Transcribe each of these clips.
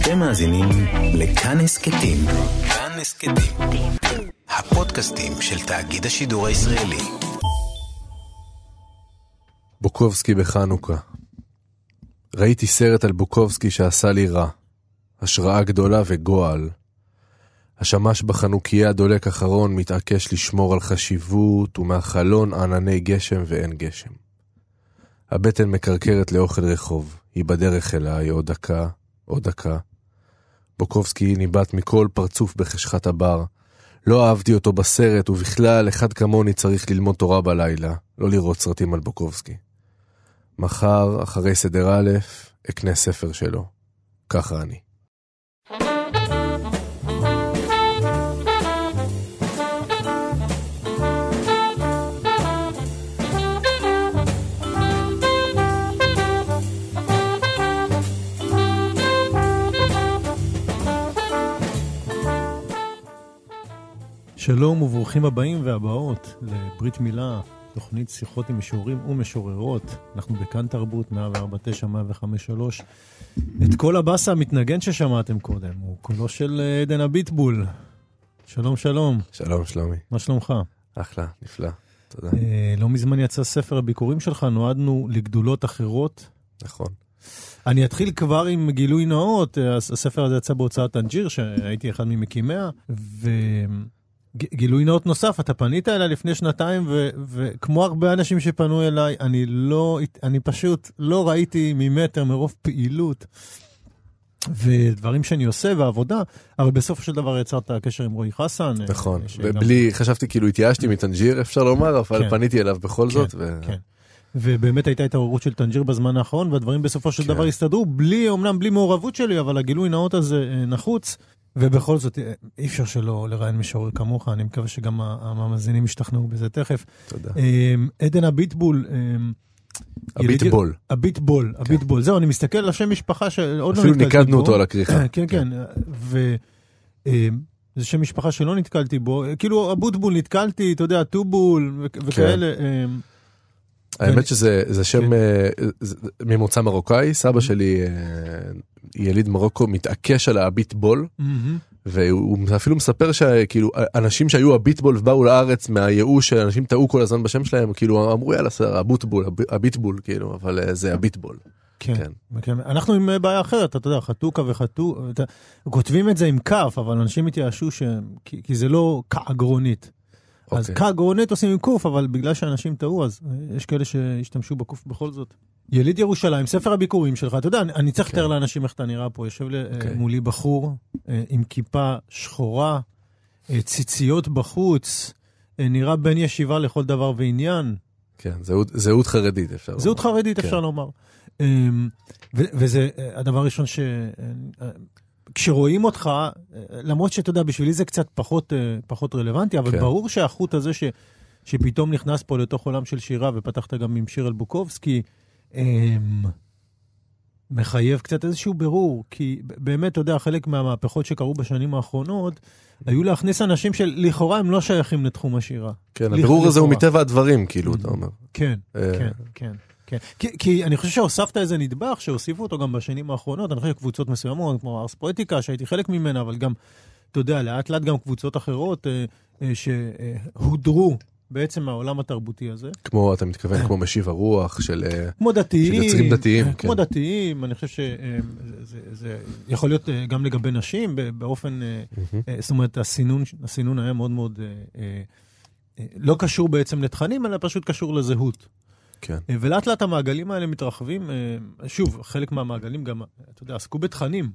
אתם מאזינים לכאן הסקטים. כאן הסקטים. הפודקאסטים של תאגיד השידור הישראלי. בוקובסקי בחנוכה. ראיתי סרט על בוקובסקי שעשה לי רע. השראה גדולה וגועל. השמש בחנוכיה דולק אחרון מתעקש לשמור על חשיבות ומהחלון ענני גשם ואין גשם. הבטן מקרקרת לאוכל רחוב. היא בדרך אליי עוד דקה, עוד דקה. בוקובסקי ניבט מכל פרצוף בחשכת הבר. לא אהבתי אותו בסרט, ובכלל אחד כמוני צריך ללמוד תורה בלילה, לא לראות סרטים על בוקובסקי. מחר, אחרי סדר א', אקנה ספר שלו. ככה אני. שלום וברוכים הבאים והבאות לברית מילה, תוכנית שיחות עם משוררים ומשוררות. אנחנו בכאן תרבות 104.9, 105.3. את כל הבאסה המתנגן ששמעתם קודם, הוא קולו של עדן הביטבול. שלום שלום. שלום שלומי. מה שלומך? אחלה, נפלא, תודה. לא מזמן יצא ספר הביקורים שלך, נועדנו לגדולות אחרות. נכון. אני אתחיל כבר עם גילוי נאות, הספר הזה יצא בהוצאת טנג'יר, שהייתי אחד ממקימיה, גילוי נאות נוסף, אתה פנית אליי לפני שנתיים, וכמו הרבה אנשים שפנו אליי, אני פשוט לא ראיתי ממטר מרוב פעילות, ודברים שאני עושה ועבודה, אבל בסופו של דבר יצרת קשר עם רועי חסן. נכון, ובלי, חשבתי כאילו התייאשתי מטנג'יר, אפשר לומר, אבל פניתי אליו בכל זאת. כן. ובאמת הייתה התעוררות של טנג'יר בזמן האחרון, והדברים בסופו של דבר הסתדרו, אומנם בלי מעורבות שלי, אבל הגילוי נאות הזה נחוץ, ובכל זאת, אי אפשר שלא לראיין משורר כמוך, אני מקווה שגם המאזינים ישתכנעו בזה תכף. תודה. עדן הביטבול. הביטבול. זהו, אני מסתכל על השם משפחה שעוד לא נתקלתי בו. אפילו ניקדנו אותו על הכריכה. כן. וזה שם משפחה שלא נתקלתי בו. כאילו, הבוטבול נתקלתי, אתה יודע, טובול וכאלה. האמת שזה שם ממוצא מרוקאי, סבא שלי יליד מרוקו מתעקש על הביטבול, והוא אפילו מספר שכאילו אנשים שהיו הביטבול ובאו לארץ מהייאוש, שאנשים טעו כל הזמן בשם שלהם, כאילו אמרו יאללה, הביטבול, כאילו, אבל זה הביטבול. כן. אנחנו עם בעיה אחרת, אתה יודע, חתוקה וחתו, כותבים את זה עם כף, אבל אנשים התייאשו כי זה לא כאגרונית. אז כאגרונית עושים עם קוף, אבל בגלל שאנשים טעו, אז יש כאלה שהשתמשו בקוף בכל זאת. יליד ירושלים, ספר הביקורים שלך, אתה יודע, אני צריך לתאר לאנשים איך אתה נראה פה, יושב מולי בחור עם כיפה שחורה, ציציות בחוץ, נראה בין ישיבה לכל דבר ועניין. כן, זהות חרדית אפשר לומר. זהות חרדית אפשר לומר. וזה הדבר הראשון כשרואים אותך, למרות שאתה יודע, בשבילי זה קצת פחות רלוונטי, אבל ברור שהחוט הזה שפתאום נכנס פה לתוך עולם של שירה, ופתחת גם עם שיר על בוקובסקי, מחייב קצת איזשהו ברור, כי באמת, אתה יודע, חלק מהמהפכות שקרו בשנים האחרונות, היו להכניס אנשים שלכאורה הם לא שייכים לתחום השירה. כן, הברור הזה הוא מטבע הדברים, כאילו, אתה אומר. כן. כי אני חושב שהוספת איזה נדבך, שהוסיפו אותו גם בשנים האחרונות, אני חושב שקבוצות מסוימות, כמו ארס פואטיקה, שהייתי חלק ממנה, אבל גם, אתה יודע, לאט לאט גם קבוצות אחרות, שהודרו בעצם מהעולם התרבותי הזה. כמו, אתה מתכוון, כמו משיב הרוח של... כמו דתיים. של יוצרים דתיים. כמו דתיים, אני חושב שזה יכול להיות גם לגבי נשים, באופן, זאת אומרת, הסינון היה מאוד מאוד, לא קשור בעצם לתכנים, אלא פשוט קשור לזהות. כן. ולאט לאט המעגלים האלה מתרחבים, שוב, חלק מהמעגלים גם, אתה יודע, עסקו בתכנים.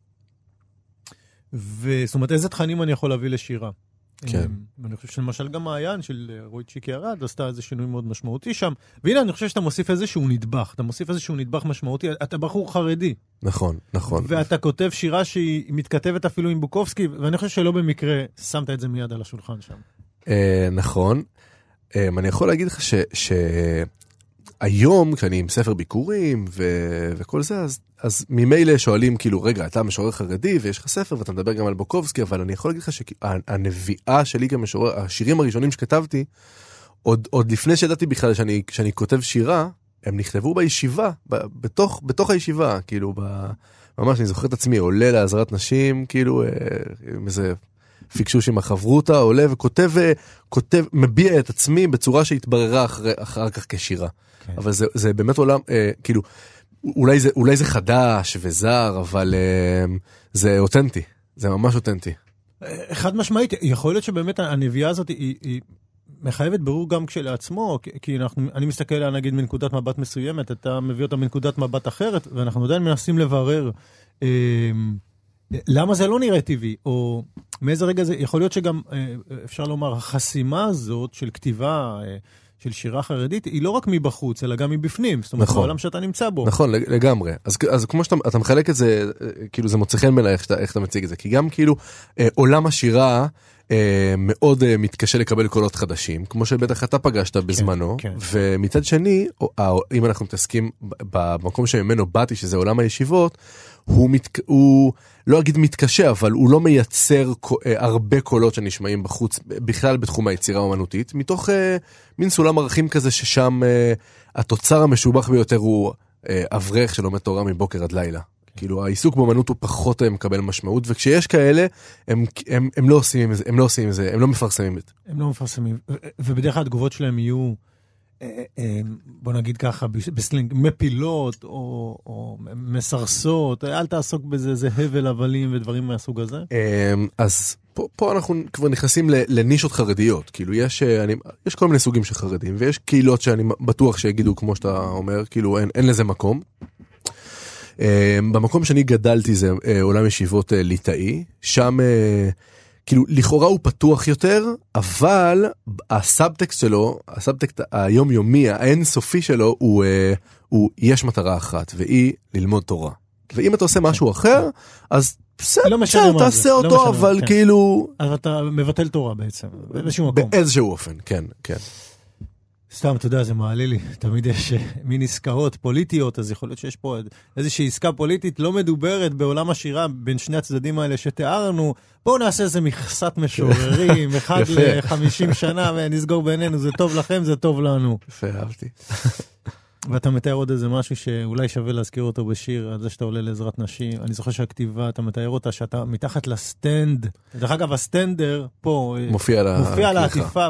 זאת אומרת, איזה תכנים אני יכול להביא לשירה? כן. ואני חושב שלמשל גם מעיין של רועי צ'יקי ארד עשתה איזה שינוי מאוד משמעותי שם, והנה אני חושב שאתה מוסיף איזשהו נדבך, משמעותי, אתה בחור חרדי. נכון. ואתה כותב שירה שהיא מתכתבת אפילו עם בוקובסקי, ואני חושב שלא במקרה שמת את זה מיד על השולחן שם. נכון. אני יכול להגיד לך שהיום, כשאני עם ספר ביקורים וכל זה, אז ממילא שואלים כאילו, רגע, אתה משורר חרדי ויש לך ספר ואתה מדבר גם על בוקובסקי, אבל אני יכול להגיד לך שהנביאה שלי כמשורר, השירים הראשונים שכתבתי, עוד לפני שידעתי בכלל שאני כותב שירה, הם נכתבו בישיבה, בתוך הישיבה, כאילו ממש, אני זוכר את עצמי, עולה לעזרת נשים, כאילו, עם איזה פיקשוש עם החברותה, עולה וכותב, מביע את עצמי בצורה שהתבררה אחר כך כשירה. אבל זה באמת עולם, כאילו, אולי זה חדש וזר, אבל זה אותנטי, זה ממש אותנטי. חד משמעית, יכול להיות שבאמת הנביאה הזאת היא מחייבת ברור גם כשלעצמו, כי אני מסתכל עליה נגיד מנקודת מבט מסוימת, אתה מביא אותה מנקודת מבט אחרת, ואנחנו עדיין מנסים לברר למה זה לא נראה טבעי, או מאיזה רגע זה, יכול להיות שגם אפשר לומר, החסימה הזאת של כתיבה של שירה חרדית, היא לא רק מבחוץ, אלא גם מבפנים, זאת אומרת, בעולם שאתה נמצא בו. נכון, לגמרי. אז כמו שאתה מחלק את זה, כאילו זה מוצא חן בעיניי איך אתה מציג את זה, כי גם כאילו עולם השירה מאוד מתקשה לקבל קולות חדשים, כמו שבטח אתה פגשת בזמנו, ומצד שני, אם אנחנו מתעסקים במקום שממנו באתי, שזה עולם הישיבות, הוא לא אגיד מתקשה, אבל הוא לא מייצר הרבה קולות שנשמעים בחוץ, בכלל בתחום היצירה האומנותית, מתוך מין סולם ערכים כזה ששם התוצר המשובח ביותר הוא אברך שלומד תורה מבוקר עד לילה. כאילו העיסוק באומנות הוא פחות מקבל משמעות, וכשיש כאלה, הם לא עושים את זה, הם לא מפרסמים את זה. הם לא מפרסמים, ובדרך כלל התגובות שלהם יהיו, בוא נגיד ככה, בסלינג, מפילות או מסרסות, אל תעסוק בזה, זה הבל הבלים ודברים מהסוג הזה. אז פה אנחנו כבר נכנסים לנישות חרדיות, כאילו יש כל מיני סוגים של חרדים, ויש קהילות שאני בטוח שיגידו כמו שאתה אומר, כאילו אין לזה מקום. במקום שאני גדלתי זה עולם ישיבות ליטאי, שם כאילו לכאורה הוא פתוח יותר, אבל הסאבטקסט שלו, הסאבטקסט היומיומי, האינסופי שלו, הוא יש מטרה אחת, והיא ללמוד תורה. ואם אתה עושה משהו אחר, אז בסדר, תעשה אותו, אבל כאילו... אז אתה מבטל תורה בעצם, באיזשהו מקום. באיזשהו אופן, כן, כן. סתם, אתה יודע, זה מעלה לי. תמיד יש מין עסקאות פוליטיות, אז יכול להיות שיש פה איזושהי עסקה פוליטית לא מדוברת בעולם השירה בין שני הצדדים האלה שתיארנו. בואו נעשה איזה מכסת משוררים, אחד ל-50 שנה, ונסגור בינינו, זה טוב לכם, זה טוב לנו. יפה, אהבתי. ואתה מתאר עוד איזה משהו שאולי שווה להזכיר אותו בשיר, על זה שאתה עולה לעזרת נשים. אני זוכר שהכתיבה, אתה מתאר אותה שאתה מתחת לסטנד. דרך אגב, הסטנדר פה מופיע על העטיפה,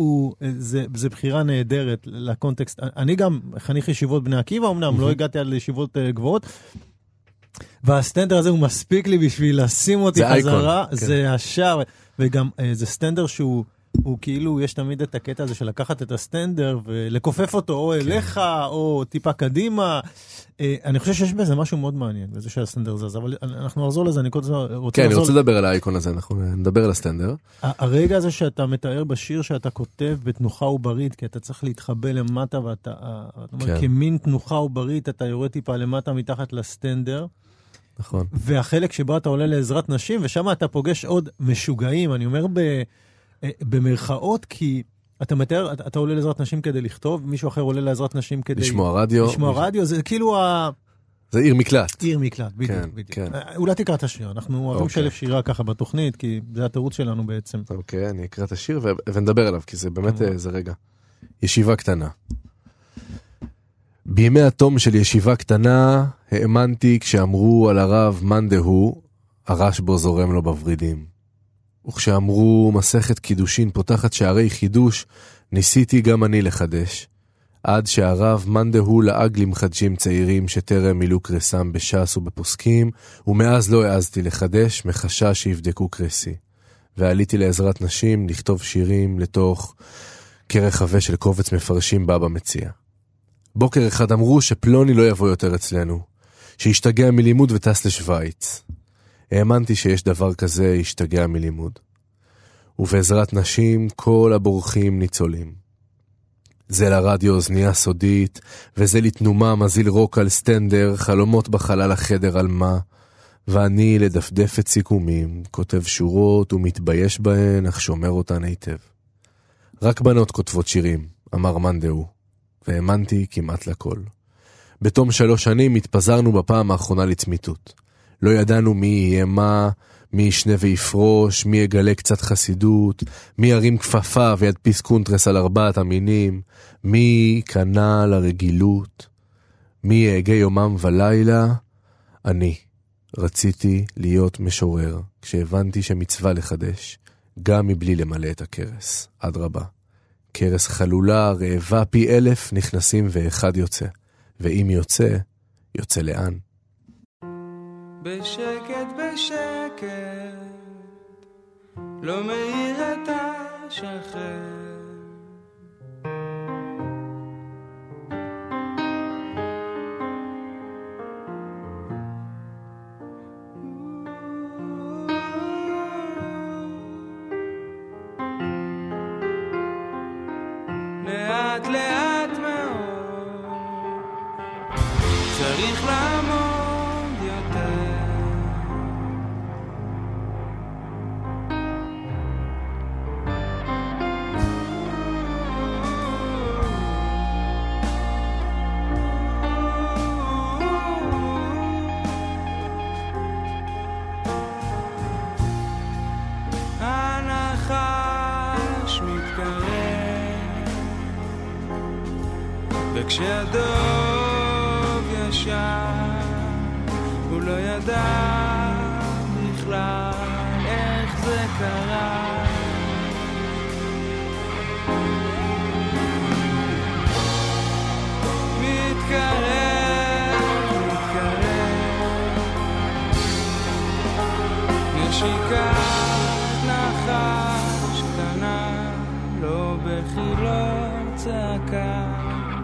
זה בחירה נהדרת לקונטקסט. אני גם חניך ישיבות בני עקיבא, אמנם לא הגעתי על ישיבות גבוהות, והסטנדר הזה הוא מספיק לי בשביל לשים אותי חזרה, זה השאר, וגם זה סטנדר שהוא כאילו, יש תמיד את הקטע הזה של לקחת את הסטנדר ולכופף אותו או אליך או טיפה קדימה. אני חושב שיש בזה משהו מאוד מעניין, בזה שהסטנדר זז, אבל אנחנו נחזור לזה, אני רוצה לדבר על האייקון הזה, אנחנו נדבר על הסטנדר. הרגע הזה שאתה מתאר בשיר שאתה כותב בתנוחה וברית, כי אתה צריך להתחבא למטה, ואתה כמין תנוחה וברית, אתה יורד טיפה למטה מתחת לסטנדר. נכון. והחלק שבו אתה עולה לעזרת נשים, ושם אתה פוגש עוד משוגעים, אני אומר במרכאות, כי אתה מתאר, אתה עולה לעזרת נשים כדי לכתוב, מישהו אחר עולה לעזרת נשים כדי... לשמוע רדיו. זה כאילו זה עיר מקלט. עיר מקלט, בדיוק. אולי תקרא את השיר, אנחנו אוהבים שלף שירה ככה בתוכנית, כי זה התירוץ שלנו בעצם. אוקיי, אני אקרא את השיר ונדבר עליו, כי זה באמת זה רגע. ישיבה קטנה. בימי התום של ישיבה קטנה, האמנתי כשאמרו על הרב מאן דהוא, הרש בו זורם לו בוורידים. וכשאמרו מסכת קידושין פותחת שערי חידוש, ניסיתי גם אני לחדש. עד שהרב מאן דהוא לעג למחדשים צעירים שטרם מילאו קרסם בש"ס ובפוסקים, ומאז לא העזתי לחדש מחשש שיבדקו קרסי. ועליתי לעזרת נשים לכתוב שירים לתוך כרך חווה של קובץ מפרשים בא במציע. בוקר אחד אמרו שפלוני לא יבוא יותר אצלנו, שישתגע מלימוד וטס לשוויץ. האמנתי שיש דבר כזה ישתגע מלימוד. ובעזרת נשים כל הבורחים ניצולים. זה לרדיו אוזניה סודית, וזה לתנומה מזיל רוק על סטנדר, חלומות בחלל החדר על מה, ואני לדפדף את סיכומים, כותב שורות ומתבייש בהן, אך שומר אותן היטב. רק בנות כותבות שירים, אמר מאן דהוא, והאמנתי כמעט לכל. בתום 3 שנים התפזרנו בפעם האחרונה לצמיתות. לא ידענו מי יהיה מה, מי ישנה ויפרוש, מי יגלה קצת חסידות, מי ירים כפפה וידפיס קונטרס על 4 המינים, מי קנה לרגילות, מי יהגה יומם ולילה, אני, רציתי להיות משורר, כשהבנתי שמצווה לחדש, גם מבלי למלא את הכרס. עד רבה. כרס חלולה, רעבה פי 1000, נכנסים ואחד יוצא. ואם יוצא, יוצא לאן? בשקט בשקט, לא מאיר את השחר. לאט לאט מאוד, צריך לעמוד יותר. הנחש מתקרב, וכשהדוב ישב, הוא לא ידע בכלל איך זה קרה. מתקרב, נשיקת נחש קטנה, לא בכי לא צעקה.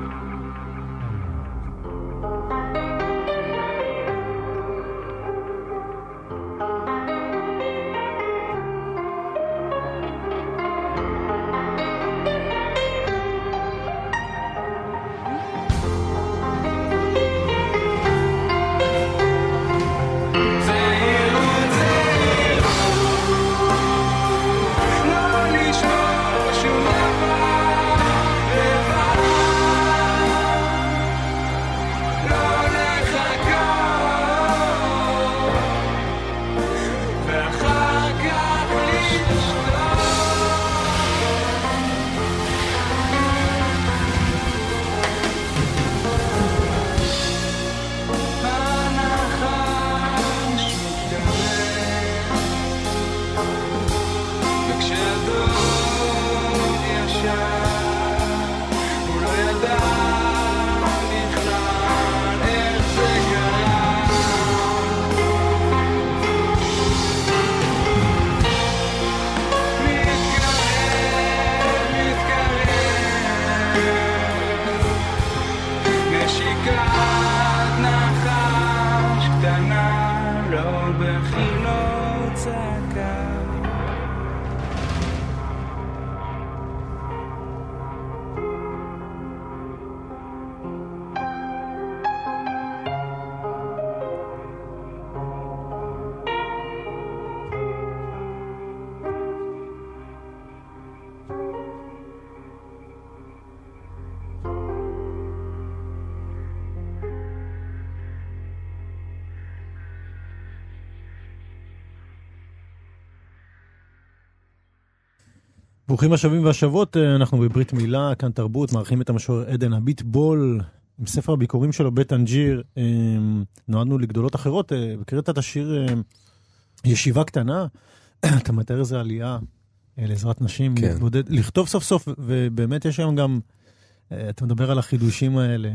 ברוכים השבים והשבות, אנחנו בברית מילה, כאן תרבות, מארחים את המשורר עדן הביטבול, עם ספר הביקורים שלו, בית אנג'יר. נועדנו לגדולות אחרות, בקראת את השיר ישיבה קטנה, אתה מתאר איזה עלייה לעזרת נשים, כן. להתבודד, לכתוב סוף סוף, ובאמת יש היום גם, אתה מדבר על החידושים האלה.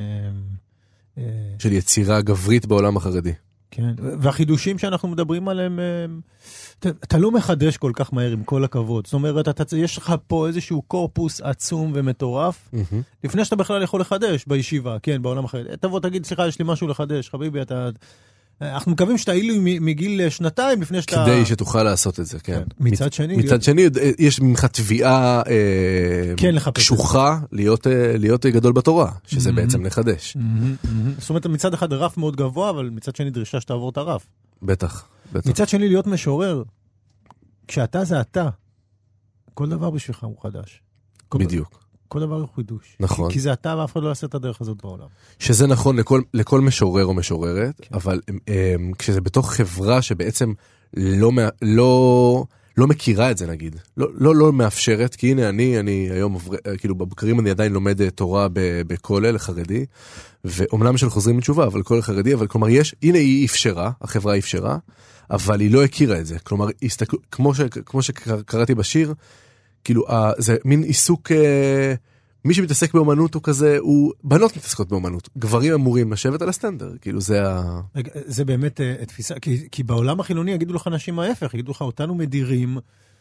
של יצירה גברית בעולם החרדי. כן, והחידושים שאנחנו מדברים עליהם, אתה לא מחדש כל כך מהר עם כל הכבוד. זאת אומרת, יש לך פה איזשהו קורפוס עצום ומטורף, לפני שאתה בכלל יכול לחדש בישיבה, כן, בעולם החרדי. תבוא, תגיד, סליחה, יש לי משהו לחדש, חביבי, אנחנו מקווים שתהיילו מגיל שנתיים לפני שאתה... כדי שתוכל לעשות את זה, כן. מצד שני... מצד שני, יש ממך תביעה קשוחה להיות גדול בתורה, שזה בעצם לחדש. זאת אומרת, מצד אחד רף מאוד גבוה, אבל מצד שני דרישה שתעבור את הרף. בטח, בטח. מצד שני להיות משורר, כשאתה זה אתה, כל דבר בשבילך הוא חדש. בדיוק. כל דבר הוא חידוש. נכון. כי זה אתה ואף אחד לא יעשה את הדרך הזאת בעולם. שזה נכון לכל משורר או משוררת, אבל כשזה בתוך חברה שבעצם לא לא מכירה את זה נגיד, לא מאפשרת, כי הנה אני היום, כאילו בבקרים אני עדיין לומד תורה בכולל חרדי, ואומנם של חוזרים מתשובה, אבל כולל חרדי, אבל כלומר הנה היא אפשרה, החברה אפשרה, אבל היא לא הכירה את זה, כלומר, כמו שקראתי בשיר, כאילו, זה מין עיסוק, מי שמתעסק באומנות הוא כזה, בנות מתעסקות באומנות, גברים אמורים לשבת על הסטנדר, כאילו זה באמת תפיסה, כי בעולם החילוני יגידו לך אנשים ההפך, יגידו לך אותנו מדירים,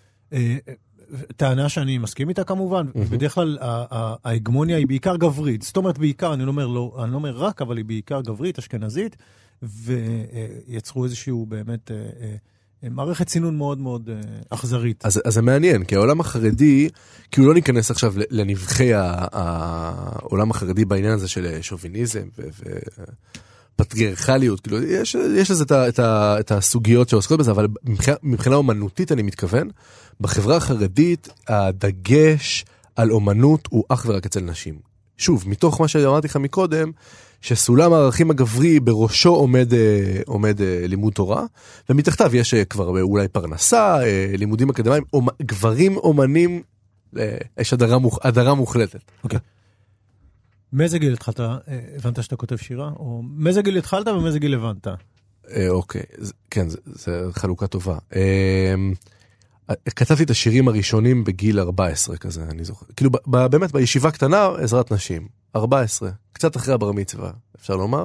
טענה שאני מסכים איתה כמובן, בדרך כלל ההגמוניה היא בעיקר גברית, זאת אומרת בעיקר, אני לא אומר רק, אבל היא בעיקר גברית, אשכנזית, ויצרו איזשהו באמת מערכת סינון מאוד מאוד אכזרית. אז זה מעניין, כי העולם החרדי, כאילו לא ניכנס עכשיו לנבחי העולם החרדי בעניין הזה של שוביניזם ופטריארכליות, כאילו יש לזה את הסוגיות שעוסקות בזה, אבל מבחינה אומנותית אני מתכוון, בחברה החרדית הדגש על אומנות הוא אך ורק אצל נשים. שוב, מתוך מה שאמרתי לך מקודם, שסולם הערכים הגברי בראשו עומד לימוד תורה, ומתחתיו יש כבר אולי פרנסה, לימודים אקדמיים, גברים אומנים, יש הדרה מוחלטת. אוקיי. מאיזה גיל התחלת, הבנת שאתה כותב שירה? או מאיזה גיל התחלת ומאיזה גיל הבנת? אוקיי, כן, זו חלוקה טובה. כתבתי את השירים הראשונים בגיל 14 כזה, אני זוכר. כאילו באמת בישיבה קטנה, עזרת נשים. 14, קצת אחרי הבר מצווה, אפשר לומר.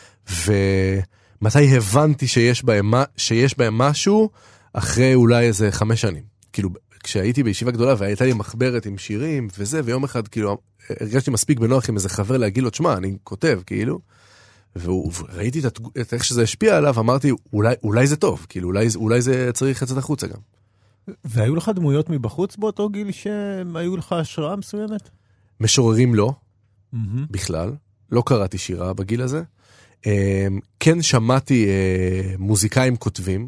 ומתי הבנתי שיש בהם משהו, אחרי אולי איזה 5 שנים. כאילו, כשהייתי בישיבה גדולה, והייתה לי מחברת עם שירים וזה, ויום אחד כאילו, הרגשתי מספיק בנוח עם איזה חבר להגיד לו, תשמע, אני כותב, כאילו. וראיתי את איך שזה השפיע עליו, אמרתי, אולי זה טוב, כאילו, אולי זה צריך לצאת החוצה גם. והיו לך דמויות מבחוץ באותו גיל שהיו לך השראה מסוימת? משוררים לא, בכלל. לא קראתי שירה בגיל הזה. כן שמעתי מוזיקאים כותבים,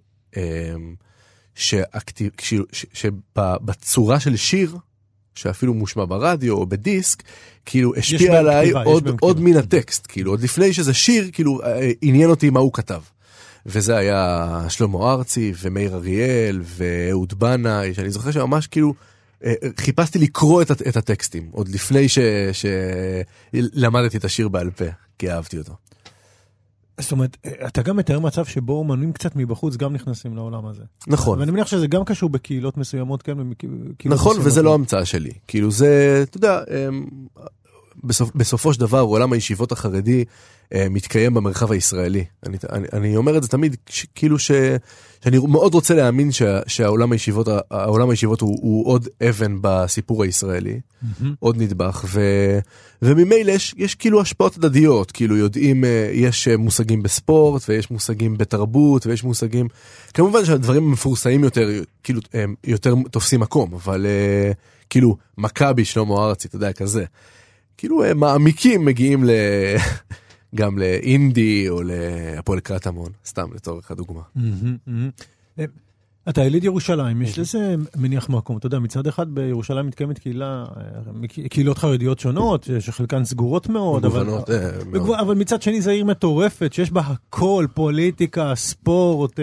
שבצורה של שיר, שאפילו מושמע ברדיו או בדיסק, כאילו השפיע עליי עוד מן הטקסט, כאילו עוד לפני שזה שיר, כאילו עניין אותי מה הוא כתב. וזה היה שלמה ארצי ומאיר אריאל ואהוד בנאי, שאני זוכר שממש כאילו חיפשתי לקרוא את הטקסטים, עוד לפני שלמדתי את השיר בעל פה, כי אהבתי אותו. זאת אומרת, אתה גם מתאר מצב שבו אומנים קצת מבחוץ גם נכנסים לעולם הזה. נכון. ואני מניח שזה גם קשור בקהילות מסוימות, כן? נכון, וזה לא המצאה שלי. כאילו זה, אתה יודע, בסופו של דבר, עולם הישיבות החרדי מתקיים במרחב הישראלי. אני אומר את זה תמיד, כאילו שאני מאוד רוצה להאמין שהעולם הישיבות הוא עוד אבן בסיפור הישראלי, עוד נדבך, וממילא יש כאילו השפעות הדדיות, כאילו יודעים, יש מושגים בספורט, ויש מושגים בתרבות, ויש מושגים, כמובן שהדברים מפורסמים יותר, כאילו יותר תופסים מקום, אבל כאילו מכבי שלמה ארצי, אתה יודע, כזה. כאילו מעמיקים מגיעים גם לאינדי או להפועל קטמון, סתם לצורך הדוגמה. אתה יליד ירושלים, יש לזה מניח מקום, אתה יודע, מצד אחד בירושלים מתקיימת קהילות חרדיות שונות, שחלקן סגורות מאוד, אבל מצד שני זה עיר מטורפת, שיש בה הכל, פוליטיקה, ספורט,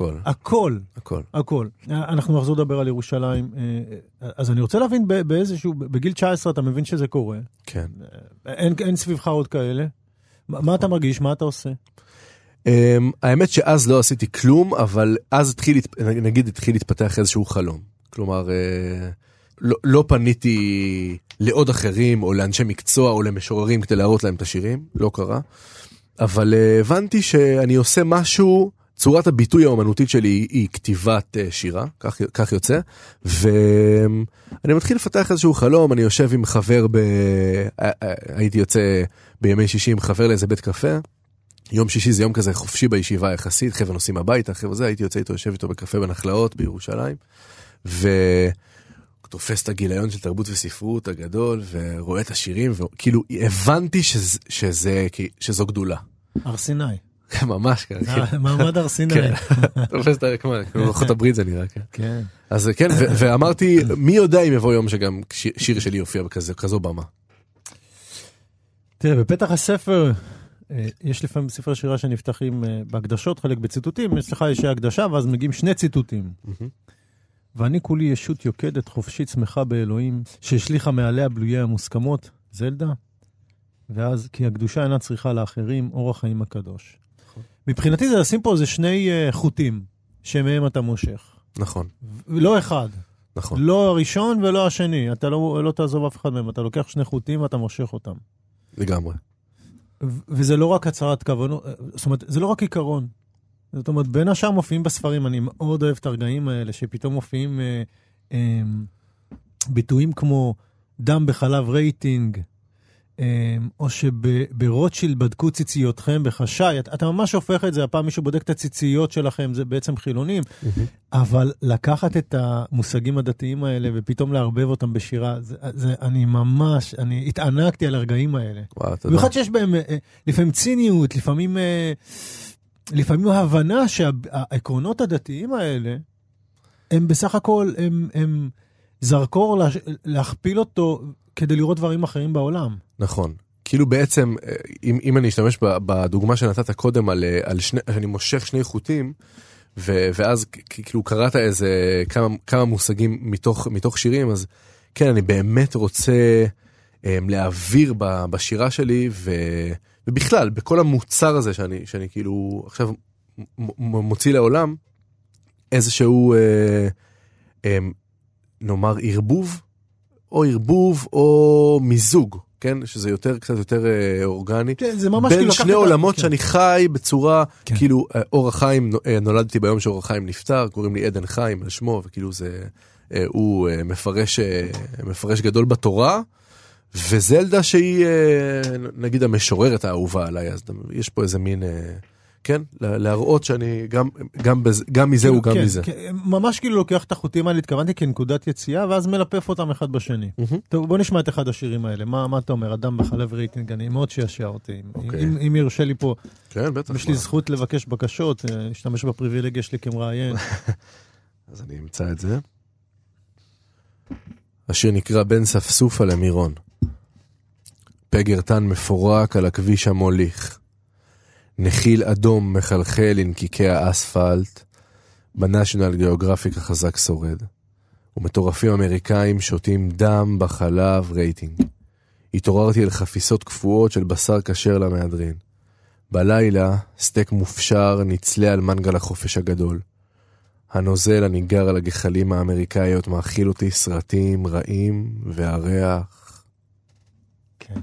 הכל. אנחנו נחזור לדבר על ירושלים, אז אני רוצה להבין באיזשהו, בגיל 19 אתה מבין שזה קורה. כן. אין סביבך עוד כאלה. מה אתה מרגיש? מה אתה עושה? האמת שאז לא עשיתי כלום, אבל אז התחיל להתפתח איזשהו חלום. כלומר, לא פניתי לעוד אחרים, או לאנשי מקצוע, או למשוררים כדי להראות להם את השירים, לא קרה. אבל הבנתי שאני עושה משהו, צורת הביטוי האומנותית שלי היא כתיבת שירה, כך יוצא, ואני מתחיל לפתח איזשהו חלום, אני יושב עם חבר, הייתי יוצא בימי שישי עם חבר לאיזה בית קפה, יום שישי זה יום כזה חופשי בישיבה יחסית, חבר'ה נוסעים הביתה, חבר'ה זה, הייתי יוצא איתו, יושב איתו בקפה בנחלאות בירושלים, ותופס את הגיליון של תרבות וספרות הגדול, ורואה את השירים, וכאילו הבנתי שזו גדולה. הר סיני. ממש ככה. מעמד הר סיני. תופס את כמו ארצות הברית זה נראה, כן. אז כן, ואמרתי, מי יודע אם יבוא יום שגם שיר שלי יופיע בכזו במה. תראה, בפתח הספר, יש לפעמים ספר שירה שנפתחים בהקדשות, חלק בציטוטים, יש הקדשה, ואז מגיעים 2 ציטוטים. ואני כולי ישות יוקדת, חופשית, שמחה באלוהים, שהשליחה מעליה בלויי המוסכמות, זלדה, ואז כי הקדושה אינה צריכה לאחרים, אור החיים הקדוש. מבחינתי זה לשים פה איזה שני חוטים, שמהם אתה מושך. נכון. לא אחד. נכון. לא הראשון ולא השני. אתה לא תעזוב אף אחד מהם. אתה לוקח שני חוטים ואתה מושך אותם. לגמרי. וזה לא רק הצהרת כוונות, זאת אומרת, זה לא רק עיקרון. זאת אומרת, בין השאר מופיעים בספרים, אני מאוד אוהב את הרגעים האלה, שפתאום מופיעים ביטויים כמו דם בחלב רייטינג, או שברוטשילד בדקו ציציותכם בחשאי, אתה ממש הופך את זה, הפעם מישהו בודק את הציציות שלכם, זה בעצם חילונים, אבל לקחת את המושגים הדתיים האלה, ופתאום להרבב אותם בשירה, אני התענקתי על הרגעים האלה. במיוחד שיש בהם לפעמים ציניות, לפעמים ההבנה שהעקרונות הדתיים האלה, הם בסך הכל, הם זרקור להכפיל אותו, כדי לראות דברים אחרים בעולם. נכון. כאילו בעצם, אם אני אשתמש בדוגמה שנתת קודם על שאני מושך שני חוטים, ואז כאילו קראת איזה כמה מושגים מתוך שירים, אז כן, אני באמת רוצה להעביר בשירה שלי, ובכלל, בכל המוצר הזה שאני כאילו עכשיו מוציא לעולם, איזשהו, נאמר, ערבוב או מיזוג, כן? שזה קצת יותר אורגני. כן, זה ממש בין כאילו שני עולמות שאני חי בצורה, כאילו, אור החיים, נולדתי ביום שאור החיים נפטר, קוראים לי עדן חיים על שמו, וכאילו זה, הוא מפרש גדול בתורה, וזלדה שהיא, נגיד, המשוררת האהובה עליי, אז יש פה איזה מין, כן? להראות שאני גם מזה הוא גם מזה. ממש כאילו לוקח את החוטים האלה, התכוונתי כנקודת יציאה, ואז מלפף אותם אחד בשני. טוב, בוא נשמע את אחד השירים האלה. מה אתה אומר? אדם בחלב רייטינג, אני מאוד שישע אותי. אם ירשה לי פה, יש לי זכות לבקש בקשות, להשתמש בפריבילגיה שלי כמראיין. אז אני אמצא את זה. השיר נקרא בין ספסופה למירון. פגרטן מפורק על הכביש המוליך. נחיל אדום מחלחל לנקיקי האספלט, בנשיונל גיאוגרפיק החזק שורד, ומטורפים אמריקאים שותים דם בחלב רייטינג. התעוררתי אל חפיסות קפואות של בשר כשר למהדרין. בלילה, סטייק מופשר נצלה על מנגל החופש הגדול. הנוזל הניגר על הגחלים האמריקאיות מאכיל אותי סרטים רעים והריח. כן.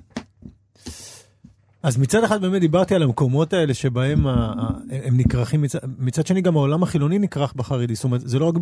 אז מצד אחד באמת דיברתי על המקומות האלה שבהם הם נקרחים, מצד שני גם העולם החילוני נקרח בחרדי, זאת אומרת, זה לא רק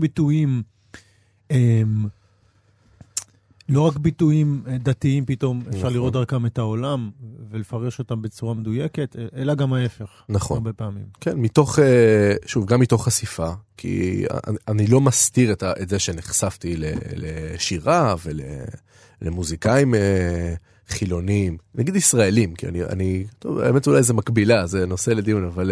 ביטויים דתיים פתאום, אפשר לראות דרכם את העולם ולפרש אותם בצורה מדויקת, אלא גם ההפך. נכון. הרבה פעמים. כן, שוב, גם מתוך חשיפה, כי אני לא מסתיר את זה שנחשפתי לשירה ולמוזיקאים חילונים, נגיד ישראלים, כי טוב, האמת אולי זה מקבילה, זה נושא לדיון, אבל,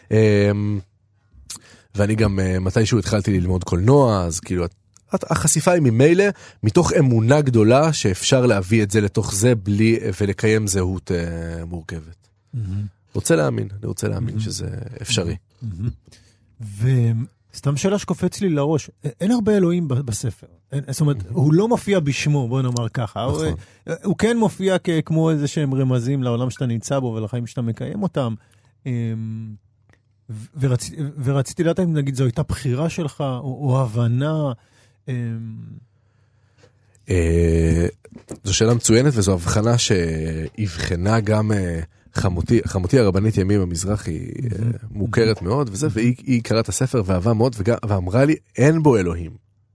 ואני גם מתישהו התחלתי ללמוד קולנוע, אז כאילו, החשיפה היא ממילא, מתוך אמונה גדולה, שאפשר להביא את זה לתוך זה, בלי, ולקיים זהות מורכבת. אני רוצה להאמין שזה אפשרי. סתם שאלה שקופץ לי לראש, אין הרבה אלוהים בספר. זאת אומרת, הוא לא מופיע בשמו, בוא נאמר ככה. הוא כן מופיע כמו איזה שהם רמזים לעולם שאתה נמצא בו ולחיים שאתה מקיים אותם. ורציתי לדעת אם נגיד זו הייתה בחירה שלך, או הבנה. זו שאלה מצוינת, וזו הבחנה שהבחנה גם חמותי הרבנית ימים המזרח היא מוכרת מאוד וזה, והיא קראת הספר ואהבה מאוד ואמרה לי אין בו אלוהים.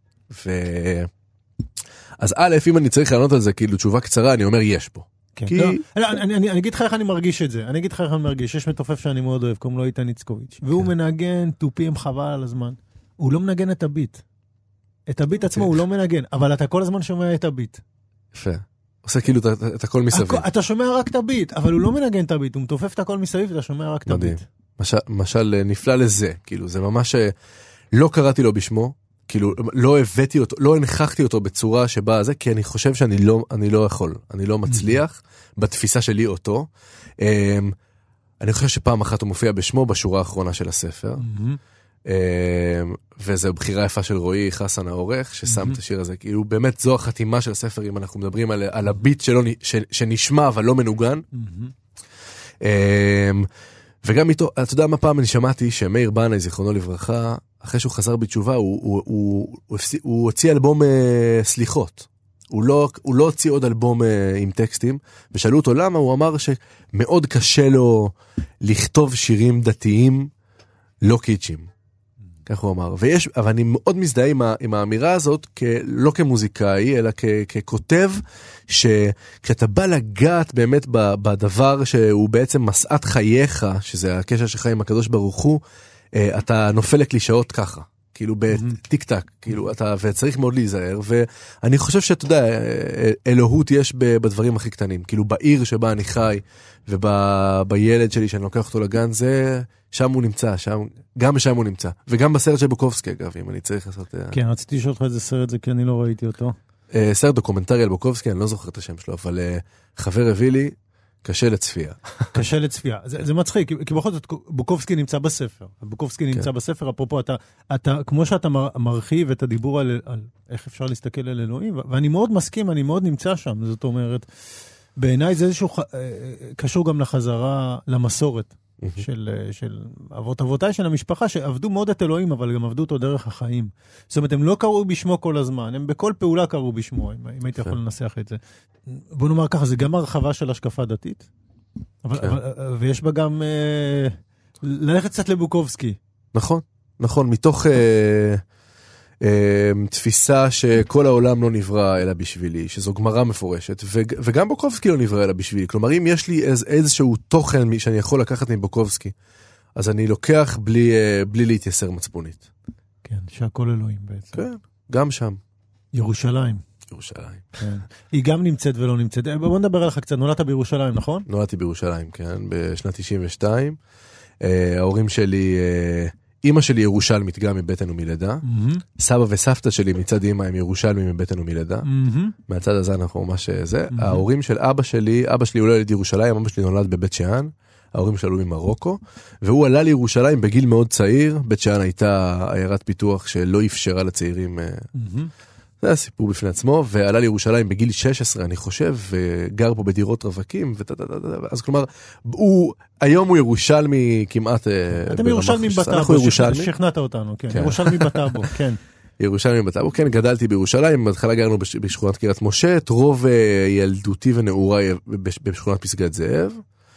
אז א', אם אני צריך לענות על זה כאילו תשובה קצרה, אני אומר יש בו. אני אגיד לך איך אני מרגיש את זה, יש מתופף שאני מאוד אוהב, קוראים לו איתן איצקוביץ', והוא מנגן תופים חבל על הזמן, הוא לא מנגן את הביט, עצמו הוא לא מנגן, אבל אתה כל הזמן שומע את הביט. יפה. עושה כאילו את הכל מסביב. אתה שומע רק את הביט, אבל הוא לא מנגן את הביט, הוא מתופף את הכל מסביב, אתה שומע רק את הביט. משל נפלא לזה, כאילו זה ממש, לא קראתי לו בשמו, כאילו לא הבאתי אותו, לא הנחכתי אותו בצורה שבה זה, כי אני חושב שאני לא יכול, אני לא מצליח בתפיסה שלי אותו. אני חושב שפעם אחת הוא מופיע בשמו בשורה האחרונה של הספר. וזו בחירה יפה של רועי חסן העורך, ששם את השיר הזה, כאילו באמת זו החתימה של הספר, אם אנחנו מדברים על הביט שנשמע אבל לא מנוגן. וגם איתו, אתה יודע מה פעם אני שמעתי שמאיר בנאי, זיכרונו לברכה, אחרי שהוא חזר בתשובה, הוא הוציא אלבום סליחות. הוא לא הוציא עוד אלבום עם טקסטים, ושאלו אותו למה, הוא אמר שמאוד קשה לו לכתוב שירים דתיים לא קיצ'ים. כך הוא אמר. אבל אני מאוד מזדהה עם האמירה הזאת, לא כמוזיקאי, אלא ככותב, שכשאתה בא לגעת באמת בדבר שהוא בעצם מסעת חייך, שזה הקשר שלך עם הקדוש ברוך הוא, אתה נופל לקלישאות ככה. כאילו בטיק טק, כאילו וצריך מאוד להיזהר, ואני חושב שאתה יודע, אלוהות יש בדברים הכי קטנים, כאילו בעיר שבה אני חי, ובילד שלי שאני לוקח אותו לגן, זה, שם הוא נמצא, גם שם הוא נמצא, וגם בסרט של בוקובסקי אגב, אם אני צריך לעשות... כן, רציתי לשאול לך איזה סרט זה, כי אני לא ראיתי אותו. סרט דוקומנטרי על בוקובסקי, אני לא זוכר את השם שלו, אבל חבר הביא לי, קשה לצפייה. קשה לצפייה. זה מצחיק, כי בכל זאת, בוקובסקי נמצא בספר. בוקובסקי נמצא בספר, אפרופו, כמו שאתה מרחיב את הדיבור על איך אפשר להסתכל על אלוהים, ואני מאוד מסכים, אני מאוד נמצא שם, זאת אומרת, בעיניי זה איזשהו, קשור גם לחזרה, למסורת של אבותיי של המשפחה, שעבדו מאוד את אלוהים, אבל גם עבדו אותו דרך החיים. זאת אומרת, הם לא קראו בשמו כל הזמן, הם בכל פעולה קראו בשמו, אם הייתי יכול לנסח את זה. בוא נאמר ככה, זה גם הרחבה של השקפה דתית, ויש בה גם ללכת קצת לבוקובסקי. נכון, נכון, מתוך תפיסה שכל העולם לא נברא אלא בשבילי, שזו גמרא מפורשת, וגם בוקובסקי לא נברא אלא בשבילי. כלומר, אם יש לי איזשהו תוכן שאני יכול לקחת מבוקובסקי, אז אני לוקח בלי להתייסר מצפונית. כן, שהכל אלוהים בעצם. כן, גם שם. ירושלים. כן. היא גם נמצאת ולא נמצאת. בוא נדבר עליך קצת, נולדת בירושלים, נכון? נולדתי בירושלים, כן, בשנת 92. ההורים שלי... אמא שלי ירושלמית גם מבטן ומלידה, סבא וסבתא שלי מצד אמא הם ירושלמים מבטן ומלידה, מהצד הזה אנחנו ממש זה, ההורים של אבא שלי הוא לא ילד ירושלים, אבא שלי נולד בבית שאן, ההורים שלו ממרוקו, והוא עלה לירושלים בגיל מאוד צעיר, בית שאן הייתה עיירת פיתוח שלא אפשרה לצעירים, זה היה סיפור בפני עצמו, ועלה לירושלים בגיל 16 אני חושב, וגר פה בדירות רווקים, אז כלומר, היום הוא ירושלמי כמעט... אתם ירושלמים בטאבו, שכנעת אותנו, כן, ירושלמי בטאבו, כן. ירושלמי בטאבו, כן, גדלתי בירושלים, בהתחלה גרנו בשכונת קריית משה, את רוב ילדותי ונעוריי בשכונת פסגת זאב.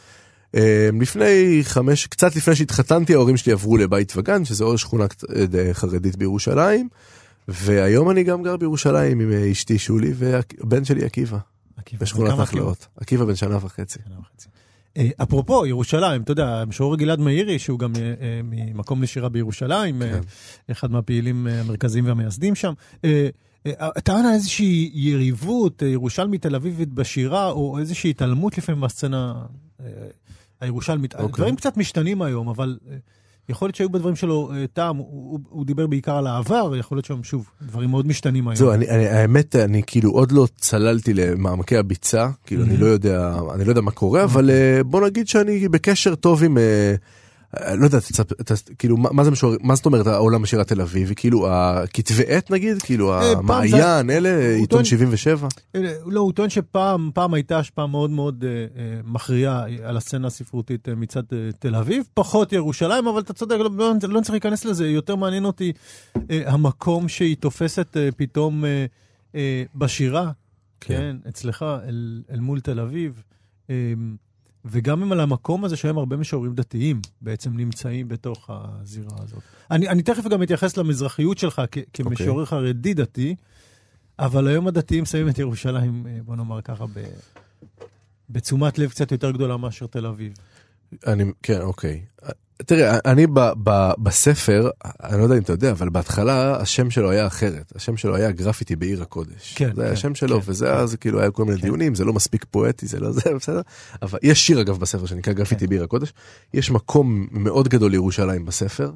קצת לפני שהתחתנתי, ההורים שלי עברו לבית וגן, שזה עוד שכונה חרדית בירושלים, והיום אני גם גר בירושלים עם אשתי שולי, והבן שלי עקיבא, בשכונת נחלאות. עקיבא בן שנה וחצי. אפרופו, ירושלים, אתה יודע, משורר גלעד מאירי, שהוא גם ממקום לשירה בירושלים, אחד מהפעילים המרכזיים והמייסדים שם, טענה איזושהי יריבות ירושלמית תל אביבית בשירה, או איזושהי התעלמות לפעמים מהסצנה הירושלמית. דברים קצת משתנים היום, אבל... יכול להיות שהיו בדברים שלו טעם, הוא דיבר בעיקר על העבר, יכול להיות שם שוב, דברים מאוד משתנים היום. זהו, האמת, אני כאילו עוד לא צללתי למעמקי הביצה, כאילו אני לא יודע מה קורה, אבל בוא נגיד שאני בקשר טוב עם, לא יודע, כאילו, מה זאת אומרת העולם השירה תל אביבי, כאילו, הכתבי עת נגיד, כאילו, המעיין, אלה, עיתון 77? לא, הוא טוען שפעם הייתה השפעה מאוד מאוד מכריעה על הסצנה הספרותית מצד תל אביב, פחות ירושלים, אבל אתה צודק, לא צריך להיכנס לזה, יותר מעניין אותי המקום שהיא תופסת פתאום בשירה, כן, אצלך, אל מול תל אביב, וגם על המקום הזה שהם הרבה משוררים דתיים בעצם נמצאים בתוך הזירה הזאת. אני תכף גם מתייחס למזרחיות שלך כמשורר חרדי דתי, אבל היום הדתיים שמים את ירושלים, בוא נאמר ככה, בתשומת לב קצת יותר גדולה מאשר תל אביב. כן, אוקיי. תראה, אני בספר, אני לא יודע אם אתה יודע, אבל בהתחלה השם שלו היה אחרת. השם שלו היה גרפיטי בעיר הקודש. זה היה השם שלו, וזה אז כאילו היה כל מיני דיונים, זה לא מספיק פואטי, זה לא זה, בסדר? אבל יש שיר אגב בספר שנקרא גרפיטי בעיר הקודש. יש מקום מאוד גדול לירושלים בספר.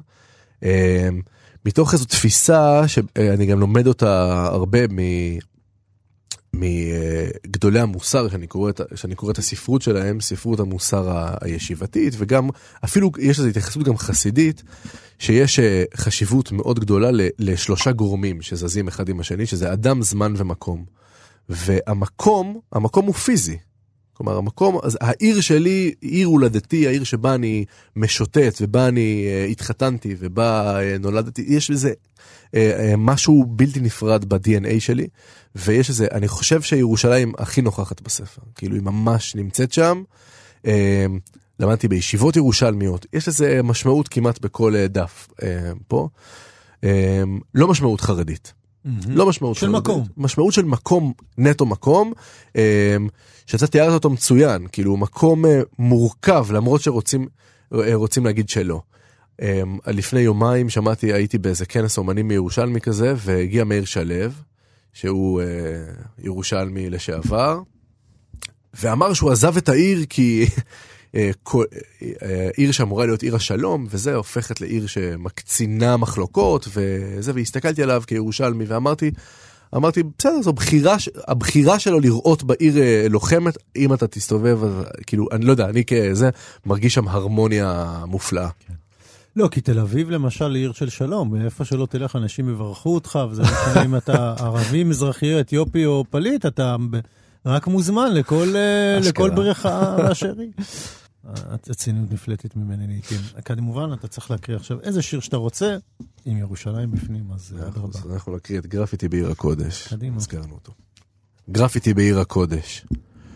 מתוך איזו תפיסה שאני גם לומד אותה הרבה מגדולי המוסר, שאני קורא את הספרות שלהם, ספרות המוסר הישיבתית, וגם, אפילו יש לזה התייחסות גם חסידית, שיש חשיבות מאוד גדולה לשלושה גורמים שזזים אחד עם השני, שזה אדם, זמן ומקום. והמקום הוא פיזי. כלומר, המקום, אז העיר שלי, עיר הולדתי, העיר שבה אני משוטט, ובה אני התחתנתי, ובה נולדתי, יש בזה משהו בלתי נפרד ב-DNA שלי, ויש איזה, אני חושב שירושלים הכי נוכחת בספר, כאילו היא ממש נמצאת שם, למדתי בישיבות ירושלמיות, יש איזה משמעות כמעט בכל דף פה, לא משמעות חרדית, לא משמעות של מקום. משמעות של מקום, נטו מקום, שאתה תיארת אותו מצוין, כאילו מקום מורכב, למרות שרוצים להגיד שלא. לפני יומיים שמעתי, הייתי באיזה כנס אומנים מירושלמי כזה, והגיע מאיר שלו, שהוא ירושלמי לשעבר, ואמר שהוא עזב את העיר כי עיר שאמורה להיות עיר השלום, וזה הופכת לעיר שמקצינה מחלוקות, וזה, והסתכלתי עליו כירושלמי, ואמרתי, בסדר, זו הבחירה שלו לראות בעיר לוחמת, אם אתה תסתובב, כאילו, אני לא יודע, אני כזה מרגיש שם הרמוניה מופלאה. לא, כי תל אביב למשל היא עיר של שלום, איפה שלא תלך אנשים יברכו אותך, וזה משנה אם אתה ערבי, מזרחי, אתיופי או פליט, אתה רק מוזמן לכל בריכה באשרי. הציניות נפלטת ממני לעתים. כמובן, אתה צריך להקריא עכשיו איזה שיר שאתה רוצה, עם ירושלים בפנים, אז אדרבה. אנחנו נקריא את גרפיטי בעיר הקודש. קדימה. הזכרנו אותו. גרפיטי בעיר הקודש.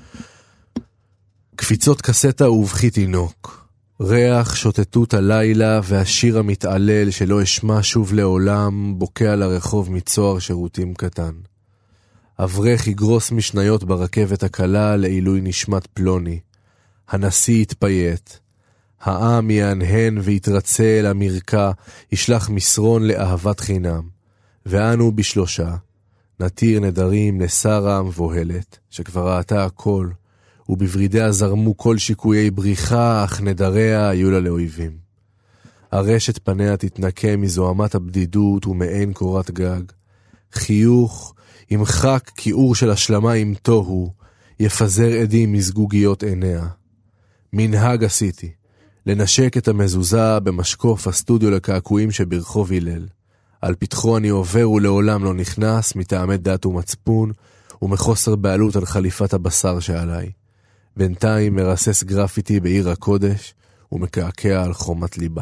קפיצות קסטה ובכי תינוק. ריח שוטטות הלילה והשיר המתעלל שלא אשמע שוב לעולם בוקע לרחוב מצוער שירותים קטן. אברך יגרוס משניות ברכבת הקלה לעילוי נשמת פלוני. הנשיא יתפייט. העם יענהן ויתרצה אל המרקע, ישלח מסרון לאהבת חינם. ואנו בשלושה, נתיר נדרים לשרה המבוהלת, שכבר ראתה הכל, ובברידיה זרמו כל שיקויי בריחה, אך נדריה היו לה לאויבים. הרשת פניה תתנקה מזוהמת הבדידות ומעין קורת גג. חיוך, ימחק כיעור של השלמה עם תוהו, יפזר עדים מזגוגיות עיניה. מנהג עשיתי, לנשק את המזוזה במשקוף הסטודיו לקעקועים שברחוב הלל. על פתחו אני עובר ולעולם לא נכנס מטעמי דת ומצפון, ומחוסר בעלות על חליפת הבשר שעליי. בינתיים מרסס גרפיטי בעיר הקודש, ומקעקע על חומת ליבה.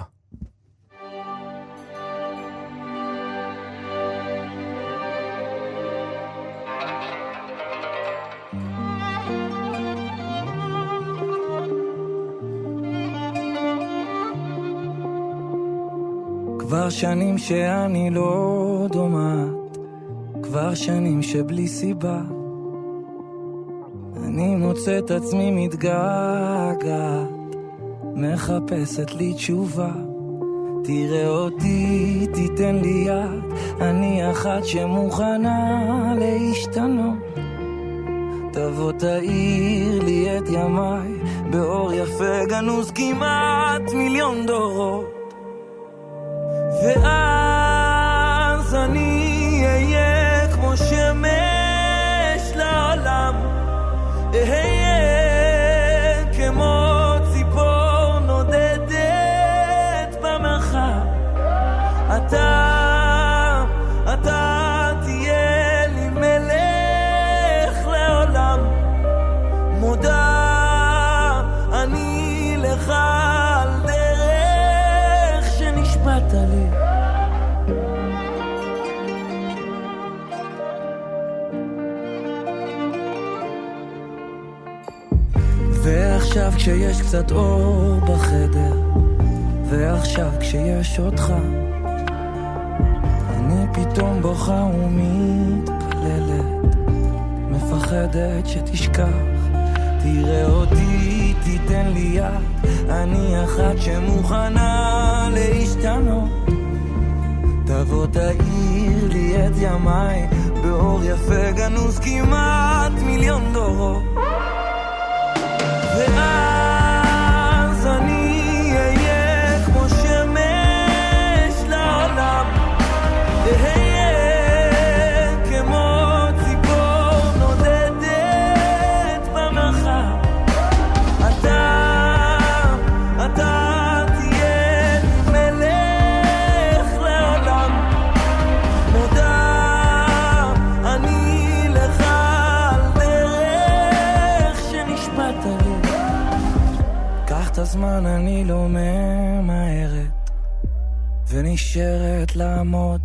כבר שנים שאני לא דומעת, כבר שנים שבלי סיבה אני מוצא את עצמי מתגעגעת, מחפשת לי תשובה. תראה אותי, תיתן לי יד, אני אחת שמוכנה להשתנות. תבוא תאיר לי את ימיי באור יפה גנוז כמעט מיליון דורות, ואז אני אהיה כמו שמש לעולם, אהיה כמו ציפור נודדת במרחב. אתה תהיה לי מלך לעולם, מודה אני לך על דרך שנשבעת לי. ועכשיו כשיש קצת אור בחדר, ועכשיו כשיש אותך, אני פתאום בוכה ומתפללת, מפחדת שתשכח. תראה אותי, תיתן לי יד, אני אחת שמוכנה להשתנות. תבוא תאיר לי את ימיי באור יפה גנוז כמעט מיליון דורות, ואז אני אהיה כמו שמש לעולם, אהיה כמו ציפור נודדת זמן אני לא ממהרת ונשארת לעמוד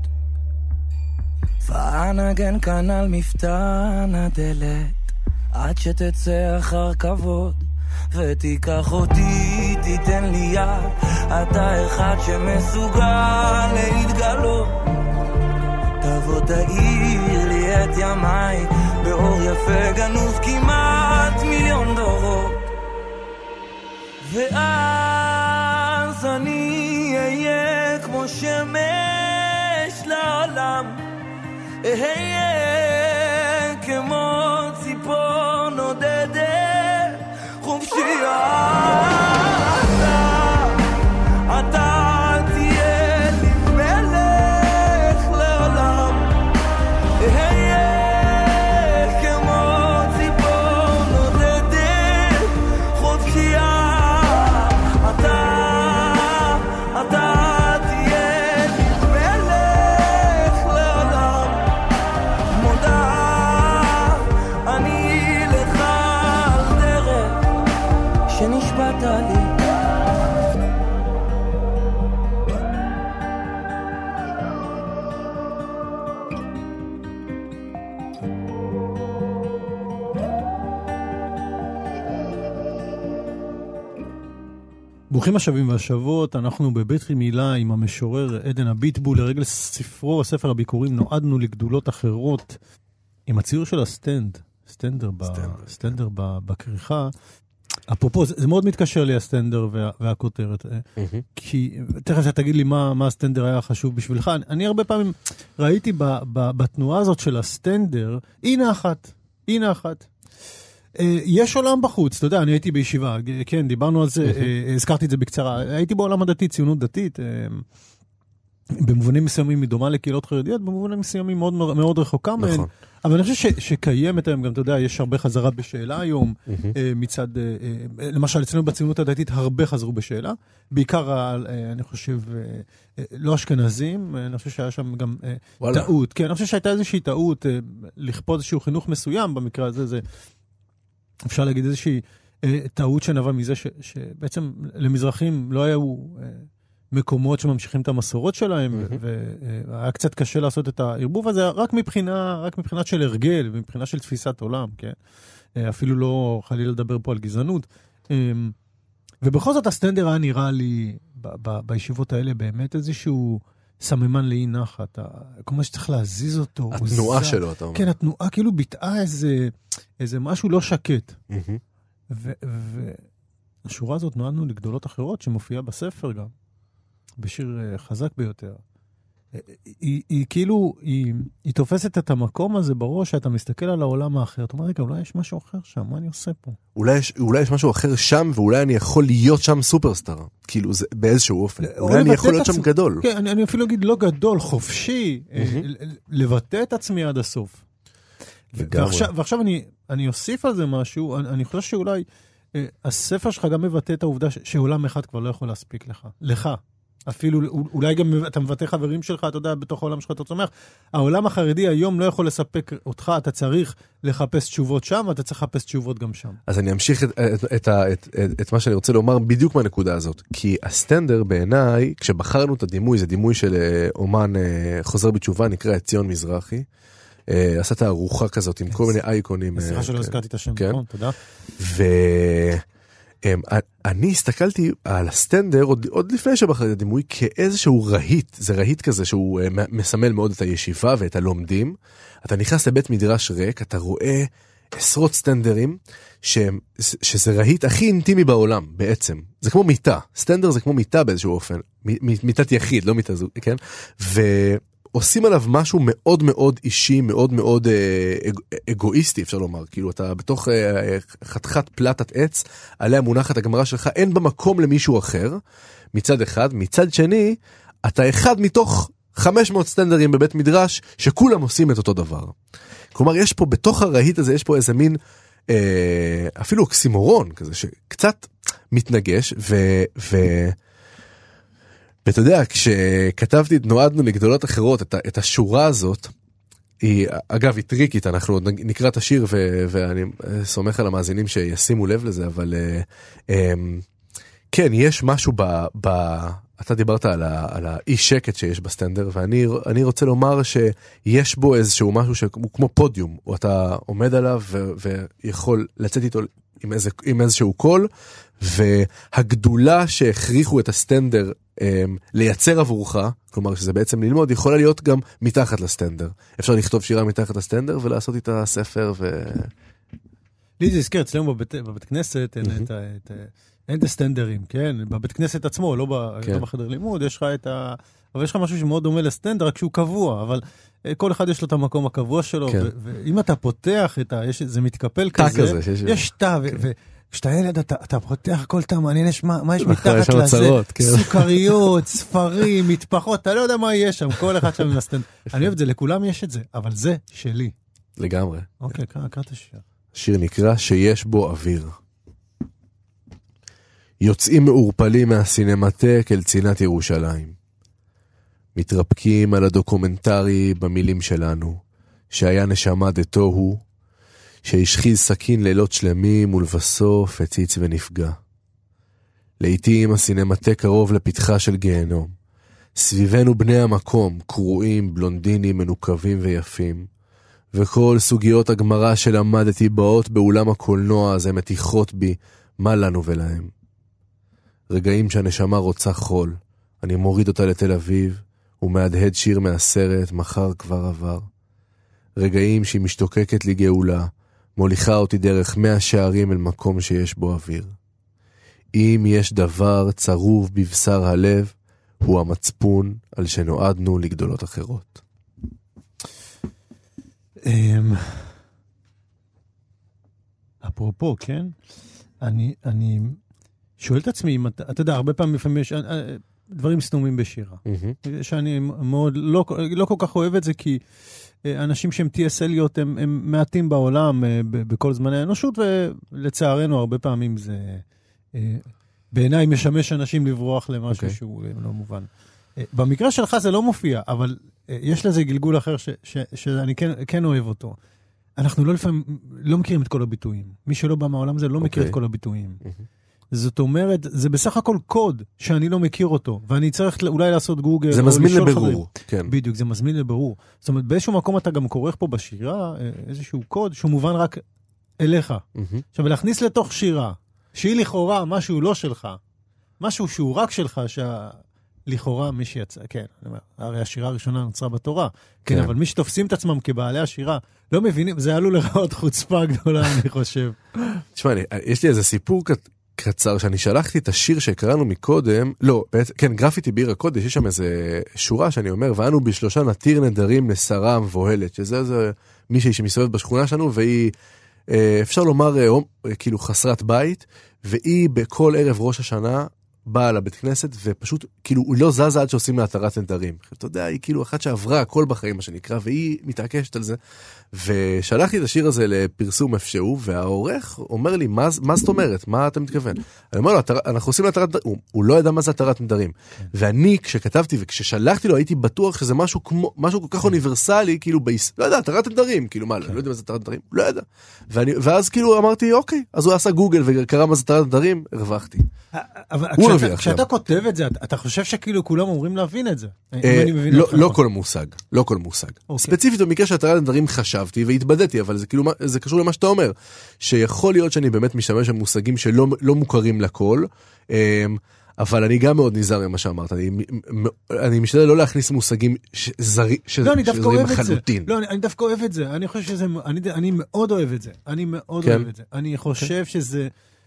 ואנגן כאן על מפתן הדלת עד שתצא אחר כבוד ותיקח אותי, תיתן לי יד אתה אחד שמסוגל להתגלות תבוא תאיר לי את ימיי באור יפה גנוז כמעט מיליון דורות ואז אני אהיה כמו שמש לעולם אהיה כמו ציפור נודדת חופשייה אתה תהיה לי מלך לעולם אהיה כמו ציפור נודדת חופשייה אתה תהיה לי מלך לעולם מודה אני לך על דרך שנשבעת לי ברוכים השבים והשבות, אנחנו בבית מילה עם המשורר עדן הביטבול לרגל ספרו, ספר הביקורים נועדנו לגדולות אחרות, עם הציור של הסטנדר בכריכה. אפרופו, זה מאוד מתקשר לי הסטנדר והכותרת, כי תכף תגיד לי מה הסטנדר היה חשוב בשבילך. אני הרבה פעמים ראיתי בתנועה הזאת של הסטנדר, הנה אחת. יש עולם בחוץ, אתה יודע, אני הייתי בישיבה, כן, דיברנו על זה, הזכרתי את זה בקצרה, הייתי בעולם הדתי, ציונות דתית, במובנים מסוימים היא דומה לקהילות חרדיות, במובנים מסוימים מאוד מאוד רחוקה מהן, אבל אני חושב שקיימת היום, גם אתה יודע, יש הרבה חזרה בשאלה היום, מצד, למשל, אצלנו בציונות הדתית הרבה חזרו בשאלה, בעיקר, אני חושב, לא אשכנזים, אני חושב שהיה שם גם טעות, כן, אני חושב שהייתה איזושהי טעות, לכפות איזשהו חינוך מסוים, במקרה הזה זה אפשר להגיד איזושהי טעות שנבע מזה שבעצם למזרחים לא היו מקומות שממשיכים את המסורות שלהם, והיה קצת קשה לעשות את הערבוב הזה, רק מבחינת של הרגל, ומבחינה של תפיסת עולם, כן? אפילו לא חלילה לדבר פה על גזענות. ובכל זאת הסטנדר היה נראה לי בישיבות האלה באמת איזשהו סממן לאי נחת, כל מה שצריך להזיז אותו. התנועה שלו, אתה אומר. כן, התנועה כאילו ביטאה איזה משהו לא שקט. והשורה הזאת נועדנו לגדולות אחרות, שמופיעה בספר גם, בשיר חזק ביותר. היא כאילו, היא תופסת את המקום הזה בראש, שאתה מסתכל על העולם האחר, אתה אומר, רגע, אולי יש משהו אחר שם, מה אני עושה פה? אולי יש משהו אחר שם, ואולי אני יכול להיות שם סופרסטאר, כאילו זה באיזשהו אופן. אולי אני יכול להיות שם גדול. כן, אני אפילו אגיד לא גדול, חופשי, לבטא את עצמי עד הסוף. ועכשיו אני אוסיף על זה משהו, אני חושב שאולי הספר שלך גם מבטא את העובדה שעולם אחד כבר לא יכול להספיק לך. אפילו, אולי גם אתה מבטא חברים שלך, אתה יודע, בתוך העולם שלך אתה צומח. העולם החרדי היום לא יכול לספק אותך, אתה צריך לחפש תשובות שם, ואתה צריך לחפש תשובות גם שם. אז אני אמשיך את מה שאני רוצה לומר בדיוק מהנקודה הזאת. כי הסטנדר בעיניי, כשבחרנו את הדימוי, זה דימוי של אומן חוזר בתשובה, נקרא את ציון מזרחי. עשה את הארוחה כזאת עם כל מיני אייקונים. סליחה שלא הזכרתי את השם, נכון, תודה. אני הסתכלתי על הסטנדר עוד לפני שבחרתי את הדימוי כאיזשהו רהיט, זה רהיט כזה שהוא מסמל מאוד את הישיבה ואת הלומדים. אתה נכנס לבית מדרש ריק, אתה רואה עשרות סטנדרים שזה רהיט הכי אינטימי בעולם בעצם. זה כמו מיטה, סטנדר זה כמו מיטה באיזשהו אופן, מיטת יחיד, לא מיטה זו, כן? עושים עליו משהו מאוד מאוד אישי, מאוד מאוד אגואיסטי, אפשר לומר. כאילו, אתה בתוך חתיכת פלטת עץ, עליה מונחת הגמרא שלך, אין במקום למישהו אחר, מצד אחד. מצד שני, אתה אחד מתוך 500 סטנדרים בבית מדרש, שכולם עושים את אותו דבר. כלומר, יש פה, בתוך הרהיט הזה, יש פה איזה מין, אפילו אוקסימורון כזה, שקצת מתנגש, ואתה יודע, כשכתבתי נועדנו לגדולות אחרות, את השורה הזאת, אגב, היא טריקית, אנחנו עוד נקרא את השיר, ואני סומך על המאזינים שישימו לב לזה, אבל כן, יש משהו אתה דיברת על האי שקט שיש בסטנדר, ואני רוצה לומר שיש בו איזשהו משהו שהוא כמו פודיום, או אתה עומד עליו ויכול לצאת איתו עם איזשהו קול, והגדולה שהכריחו את הסטנדר לייצר עבורך, כלומר שזה בעצם ללמוד, יכולה להיות גם מתחת לסטנדר. אפשר לכתוב שירה מתחת לסטנדר ולעשות איתה ספר לי זה הזכר, אצלנו בבית כנסת אין את הסטנדרים, כן? בבית כנסת עצמו, לא בחדר לימוד, יש לך אבל יש לך משהו שמאוד דומה לסטנדר, רק שהוא קבוע, אבל כל אחד יש לו את המקום הקבוע שלו, ואם אתה פותח זה מתקפל כזה, יש תא, וכשאתה ילד אתה פותח כל תא, מעניין מה יש מתחת לזה, סוכריות, ספרים, מטפחות, אתה לא יודע מה יש שם, כל אחד שם עם הסטנדר. אני אוהב את זה, לכולם יש את זה, אבל זה שלי. לגמרי. אוקיי, קראת השיר. השיר נקרא שיש בו אוויר. יוצאים מעורפלים מהסינמטק אל צינת ירושלים. מתרפקים על הדוקומנטרי במילים שלנו, שהיה נשמה דתוהו, שהשחיז סכין לילות שלמים ולבסוף הציץ ונפגע. לעתים הסינמטק קרוב לפתחה של גיהנום. סביבנו בני המקום, קרועים, בלונדינים, מנוקבים ויפים. וכל סוגיות הגמרא שלמדתי באות באולם הקולנוע הזה מתיחות בי, מה לנו ולהם. רגעים שהנשמה רוצה חול, אני מוריד אותה לתל אביב, ומהדהד שיר מהסרט, מחר כבר עבר. רגעים שהיא משתוקקת לי גאולה, מוליכה אותי דרך 100 שערים אל מקום שיש בו אוויר. אם יש דבר צרוב בבשר הלב, הוא המצפון על שנועדנו לגדולות אחרות. אפרופו, כן? אני שואל את עצמי, אתה יודע, הרבה פעמים לפעמים יש דברים סתומים בשירה. שאני מאוד, לא כל כך אוהב את זה, כי אנשים שהם TSLיות הם מעטים בעולם בכל זמני האנושות, ולצערנו הרבה פעמים זה בעיניי משמש אנשים לברוח למשהו שהוא לא מובן. במקרה שלך זה לא מופיע, אבל יש לזה גלגול אחר שאני כן אוהב אותו. אנחנו לפעמים לא מכירים את כל הביטויים. מי שלא בא מהעולם הזה לא מכיר את כל הביטויים. זאת אומרת, זה בסך הכל קוד שאני לא מכיר אותו, ואני צריך אולי לעשות גוגל. זה מזמין לברור. בדיוק, זה מזמין לברור. זאת אומרת, באיזשהו מקום אתה גם קורא פה בשירה, איזשהו קוד שהוא מובן רק אליך. עכשיו, להכניס לתוך שירה, שהיא לכאורה משהו לא שלך, משהו שהוא רק שלך, לכאורה מי שיצא, כן, הרי השירה הראשונה נוצרה בתורה, כן, אבל מי שתופסים את עצמם כבעלי השירה, לא מבינים, זה עלול לראות חוצפה גדולה, אני חושב. תשמע, יש לי איזה סיפור קצר, שאני שלחתי את השיר שקראנו מקודם, לא, כן, גרפיטי בעיר הקודש, יש שם איזה שורה שאני אומר, ואנו בשלושה נתיר נדרים לשרה מבוהלת, שזה איזה מישהי שמסתובבת בשכונה שלנו, והיא, אפשר לומר, כאילו חסרת בית, והיא בכל ערב ראש השנה, באה לבית כנסת, ופשוט, כאילו, הוא לא זז עד שעושים לה התרת נדרים. אתה יודע, היא כאילו אחת שעברה הכל בחיים, מה שנקרא, והיא מתעקשת על זה. ושלחתי את השיר הזה לפרסום איפשהו, והעורך אומר לי, מה זאת אומרת? מה אתה מתכוון? אני אומר לו, אנחנו עושים לה התרת נדרים. הוא לא ידע מה זה התרת נדרים. ואני, כשכתבתי וכששלחתי לו, הייתי בטוח שזה משהו כל כך אוניברסלי, כאילו, לא יודע, התרת נדרים, כאילו, מה, לא יודע מה זה התרת נדרים? הוא לא ידע. ואז כאילו אמרתי, אוקיי, אז הוא עשה גוגל וקרא מה זה התרת נדרים, הרווחתי. כשאתה כותב את זה, אתה חושב שכאילו כולם אומרים להבין את זה? לא כל מושג. ספציפית במקרה שהתרת נדרים חשבתי והתבדתי, אבל זה קשור למה שאתה אומר, שיכול להיות שאני באמת משתמש במושגים שלא מוכרים לכל, אבל אני גם מאוד נזהר ממה שאמרת. אני משתדל לא להכניס מושגים שזרים לחלוטין. לא, אני דווקא אוהב את זה. אני חושב שזה, אני מאוד אוהב את זה. אני חושב שזה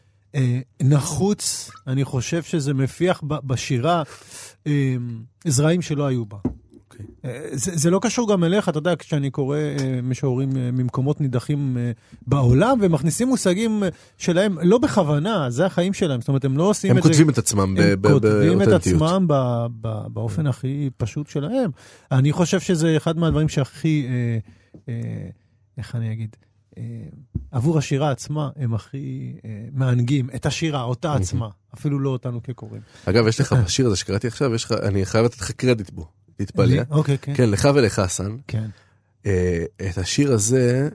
נחוץ, אני חושב שזה מפיח בשירה זרעים שלא היו בה. זה לא קשור גם אליך, אתה יודע, כשאני קורא משוררים ממקומות נידחים בעולם, ומכניסים מושגים שלהם, לא בכוונה, זה החיים שלהם, זאת אומרת, הם לא עושים את זה. הם כותבים את עצמם באותנטיות. הם כותבים את עצמם באופן הכי פשוט שלהם. אני חושב שזה אחד מהדברים שהכי, איך אני אגיד, עבור השירה עצמה הם הכי מענגים את השירה, אותה עצמה, אפילו לא אותנו כקוראים. אגב, יש לך בשיר הזה שקראתי עכשיו, אני חייב לתת לך קרדיט בו, תתפלא. כן, לך ולחסן. את השיר הזה,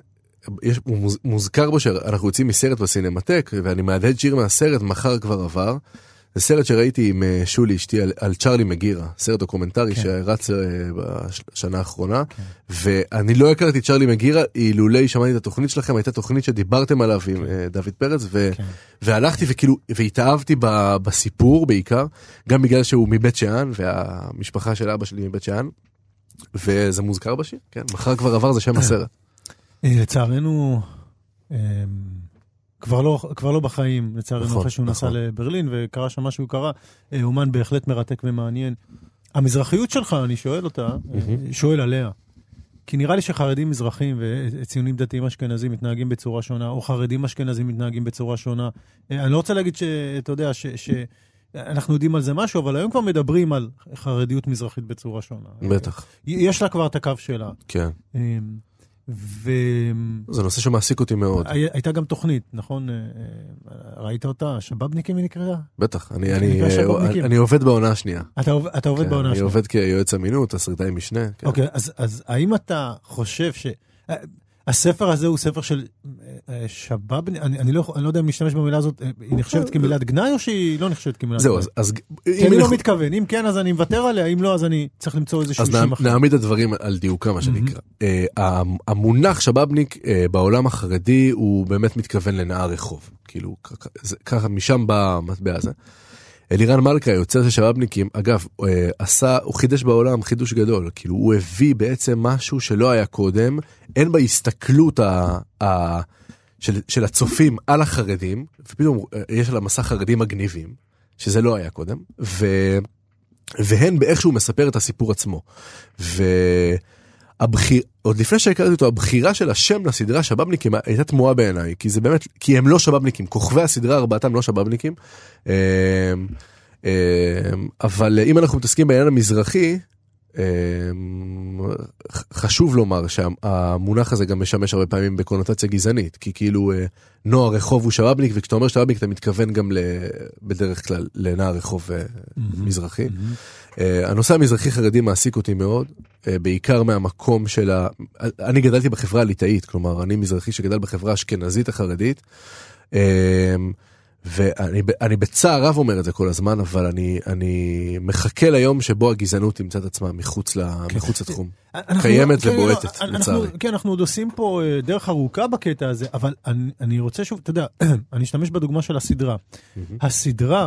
הוא מוזכר בו שאנחנו יוצאים מסרט בסינמטק, ואני מהדהד שיר מהסרט, מחר כבר עבר, זה סרט שראיתי עם שולי אשתי על צ'רלי מגירה, סרט דוקומנטרי שרץ בשנה האחרונה, ואני לא הכרתי את צ'רלי מגירה, אילולא שמעתי את התוכנית שלכם, הייתה תוכנית שדיברתם עליו עם דוד פרץ, והלכתי והתאהבתי בסיפור בעיקר, גם בגלל שהוא מבית שאן, והמשפחה של אבא שלי מבית שאן, וזה מוזכר בשיר, כן, מחר כבר עבר, זה שם הסרט. לצערנו, כבר לא בחיים, לצערנו, אחרי שהוא נסע לברלין, וקרה שם משהו קרה, אומן בהחלט מרתק ומעניין. המזרחיות שלך, אני שואל אותה, שואל עליה, כי נראה לי שחרדים מזרחים וציונים דתיים אשכנזים מתנהגים בצורה שונה, או חרדים אשכנזים מתנהגים בצורה שונה. אני לא רוצה להגיד שאתה יודע, אנחנו יודעים על זה משהו, אבל היום כבר מדברים על חרדיות מזרחית בצורה שונה. בטח. יש לה כבר את הקו שלה. כן. זה נושא שמעסיק אותי מאוד. הייתה גם תוכנית, נכון? ראית אותה? שבאבניקים היא נקראה? בטח, אני עובד בעונה השנייה. אתה עובד בעונה השנייה. אני עובד כיועץ אמינות, הסרטאי משנה. אוקיי, אז האם אתה חושב הספר הזה הוא ספר של שבאבניק, אני לא יודע אם משתמש במילה הזאת, היא נחשבת כמילת גנאי או שהיא לא נחשבת כמילת גנאי? זהו, אז... כי אני לא מתכוון, אם כן אז אני מוותר עליה, אם לא אז אני צריך למצוא איזשהו שם אחר. אז נעמיד את הדברים על דיוקה, מה שנקרא. המונח שבאבניק בעולם החרדי הוא באמת מתכוון לנער רחוב, כאילו ככה משם בא המטבע הזה. אלירן מלכה, יוצר של שבאבניקים, אגב, הוא חידש בעולם חידוש גדול, כאילו הוא הביא בעצם משהו שלא היה קודם, אין בהסתכלות של הצופים על החרדים, ופתאום יש על המסך חרדים מגניבים, שזה לא היה קודם, והן באיכשהו מספר את הסיפור עצמו. עוד לפני שהכרתי אותו, הבחירה של השם לסדרה שבאבניקים הייתה תמוהה בעיניי, כי זה באמת, כי הם לא שבאבניקים, כוכבי הסדרה ארבעתם לא שבאבניקים, אבל אם אנחנו מתעסקים בעניין המזרחי, חשוב לומר שהמונח הזה גם משמש הרבה פעמים בקונוטציה גזענית, כי כאילו נוער רחוב הוא שבאבניק, וכשאתה אומר שבאבניק אתה מתכוון גם בדרך כלל לנער רחוב מזרחי. הנושא המזרחי חרדי מעסיק אותי מאוד, בעיקר מהמקום של אני גדלתי בחברה הליטאית, כלומר אני מזרחי שגדל בחברה האשכנזית החרדית, ואני בצער רב אומר את זה כל הזמן, אבל אני מחכה ליום שבו הגזענות תמצא את עצמה מחוץ לתחום. קיימת ובועטת, לצערי. כן, אנחנו עוד עושים פה דרך ארוכה בקטע הזה, אבל אני רוצה שוב, אתה יודע, אני אשתמש בדוגמה של הסדרה. הסדרה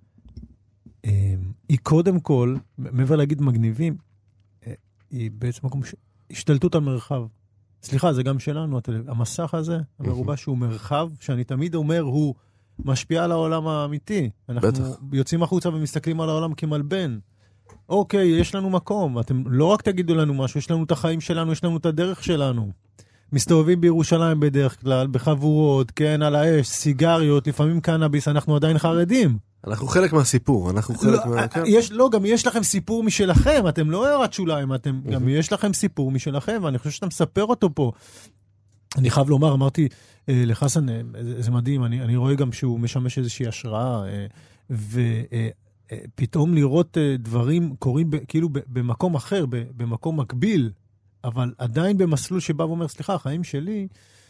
היא קודם כל, מעבר להגיד מגניבים, היא בעצם מקום השתלטות על מרחב. סליחה, זה גם שלנו, המסך הזה, המרובע שהוא מרחב, שאני תמיד אומר הוא משפיע על העולם האמיתי. אנחנו יוצאים החוצה ומסתכלים על העולם כמלבן. אוקיי, יש לנו מקום. אתם לא רק תגידו לנו משהו, יש לנו את החיים שלנו, יש לנו את הדרך שלנו. מסתובבים בירושלים בדרך כלל, בחבורות, כן, על האש, סיגריות, לפעמים קנאביס, אנחנו עדיין חרדים. אנחנו חלק מהסיפור, אנחנו חלק גם יש לכם סיפור משלכם, אתם לא הערת שוליים, גם יש לכם סיפור משלכם, ואני חושב שאתה מספר אותו פה. אני חייב לומר, אמרתי לחסן, זה מדהים, אני רואה גם שהוא משמש איזושהי השראה, ופתאום לראות דברים קורים כאילו במקום אחר, במקום מקביל, אבל עדיין במסלול שבא ואומר, סליחה, החיים שלי,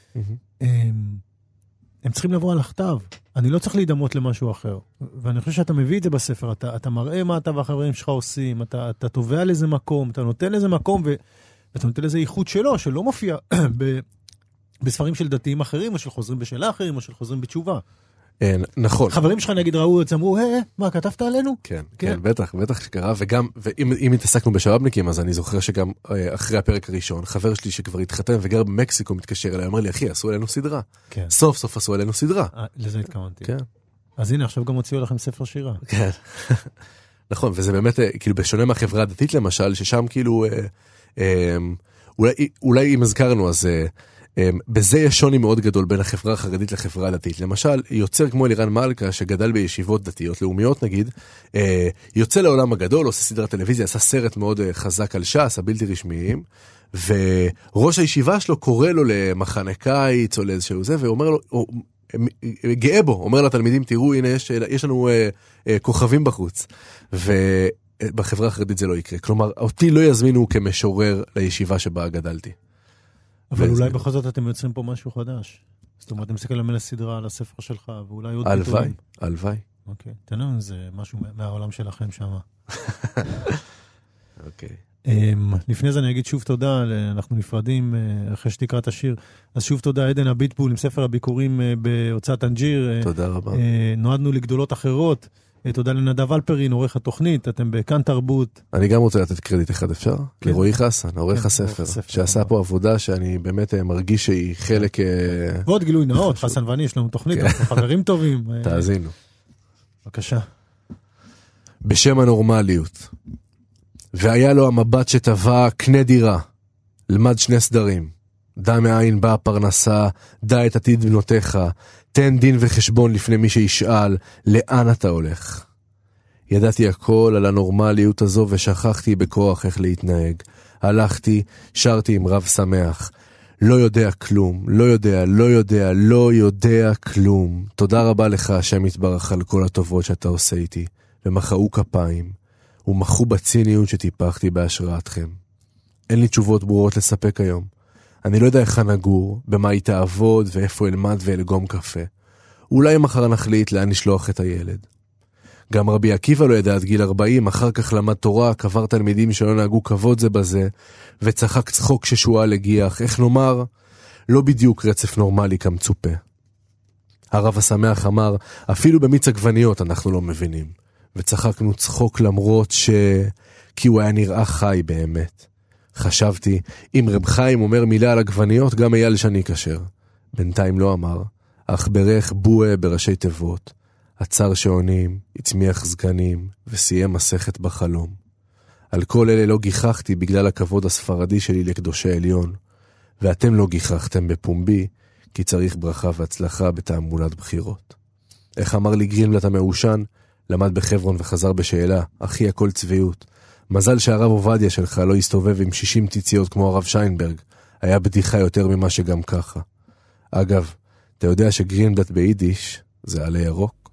הם צריכים לבוא על הכתב. אני לא צריך להידמות למשהו אחר. ואני חושב שאתה מביא את זה בספר, אתה מראה מה אתה והחברים שלך עושים, אתה תובע לאיזה מקום, אתה נותן לאיזה מקום, ואתה נותן לאיזה איכות שלו, שלא מופיע בספרים של דתיים אחרים, או של חוזרים בשאלה אחרים, או של חוזרים בתשובה. נכון. חברים שלך נגיד ראו את זה, אמרו, מה, כתבת עלינו? כן, כן, בטח שקרה, וגם, ואם התעסקנו בשבאבניקים, אז אני זוכר שגם אחרי הפרק הראשון, חבר שלי שכבר התחתן וגר במקסיקו מתקשר אליי, אמר לי, אחי, עשו עלינו סדרה. סוף סוף עשו עלינו סדרה. לזה התכוונתי. כן. אז הנה, עכשיו גם הוציאו לכם ספר שירה. כן. נכון, וזה באמת, כאילו, בשונה מהחברה הדתית למשל, ששם כאילו, אולי אם הזכרנו, אז בזה יש שוני מאוד גדול בין החברה החרדית לחברה הדתית. למשל, יוצר כמו אלירן מלכה, שגדל בישיבות דתיות לאומיות נגיד, יוצא לעולם הגדול, עושה סדרת טלוויזיה, עשה סרט מאוד חזק על ש"ס, הבלתי רשמיים, וראש הישיבה שלו קורא לו למחנה קיץ או לאיזשהו זה, ואומר לו, גאה בו, אומר לתלמידים, תראו, הנה יש לנו כוכבים בחוץ. ובחברה החרדית זה לא יקרה. כלומר, אותי לא יזמינו כמשורר לישיבה שבה גדלתי. אבל אולי בכל זאת אתם יוצרים פה משהו חדש. זאת אומרת, אתה מסתכל על הסדרה, על הספר שלך, ואולי עוד ביטויים. הלוואי. אוקיי, תן לנו איזה משהו מהעולם שלכם שם. אוקיי. לפני זה אני אגיד שוב תודה, אנחנו נפרדים אחרי שתקרא את השיר, אז שוב תודה עדן הביטבול עם ספר הביקורים בהוצאת אנג'יר. תודה רבה. נועדנו לגדולות אחרות, תודה לנדב אלפרין, עורך התוכנית, אתם בכאן תרבות. אני גם רוצה לתת קרדיט אחד, אפשר? לרועי חסן, עורך הספר, שעשה פה עבודה שאני באמת מרגיש שהיא חלק... ועוד גילוי נאות, חסן ואני, יש לנו תוכנית, אנחנו חברים טובים. תאזינו. בבקשה. בשם הנורמליות. והיה לו המבט שטבע קנה דירה, למד 2 סדרים, דע מאין באה פרנסה, דע את עתיד בנותיך, תן דין וחשבון לפני מי שישאל, לאן אתה הולך? ידעתי הכל על הנורמליות הזו ושכחתי בכוח איך להתנהג. הלכתי, שרתי עם רב שמח. לא יודע כלום, לא יודע כלום. תודה רבה לך השם יתברך על כל הטובות שאתה עושה איתי, ומחאו כפיים. ומחו בציניות שטיפחתי בהשראתכם. אין לי תשובות ברורות לספק היום. אני לא יודע איך נגור, במה היא תעבוד ואיפה אלמד ואלגום קפה. אולי מחר נחליט לאן נשלוח את הילד. גם רבי עקיבא לא ידע עד גיל 40, אחר כך למד תורה, קבר תלמידים שלא נהגו כבוד זה בזה, וצחק צחוק ששועל הגיח, איך נאמר, לא בדיוק רצף נורמלי כמצופה. הרב השמח אמר, אפילו במיץ עגבניות אנחנו לא מבינים. וצחקנו צחוק למרות כי הוא היה נראה חי באמת. חשבתי, אם רב חיים אומר מילה על עגבניות, גם אייל שאני קשר. בינתיים לא אמר, אך ברך בואה בראשי תיבות. עצר שעונים, הצמיח זקנים, וסיים מסכת בחלום. על כל אלה לא גיחכתי בגלל הכבוד הספרדי שלי לקדושי עליון. ואתם לא גיחכתם בפומבי, כי צריך ברכה והצלחה בתעמולת בחירות. איך אמר לי גרינבלט המאושן, למד בחברון וחזר בשאלה, אחי הכל צביעות. מזל שהרב עובדיה שלך לא הסתובב עם 60 ציציות כמו הרב שיינברג, היה בדיחה יותר ממה שגם ככה. אגב, אתה יודע שגרינבלט ביידיש זה עלי ירוק?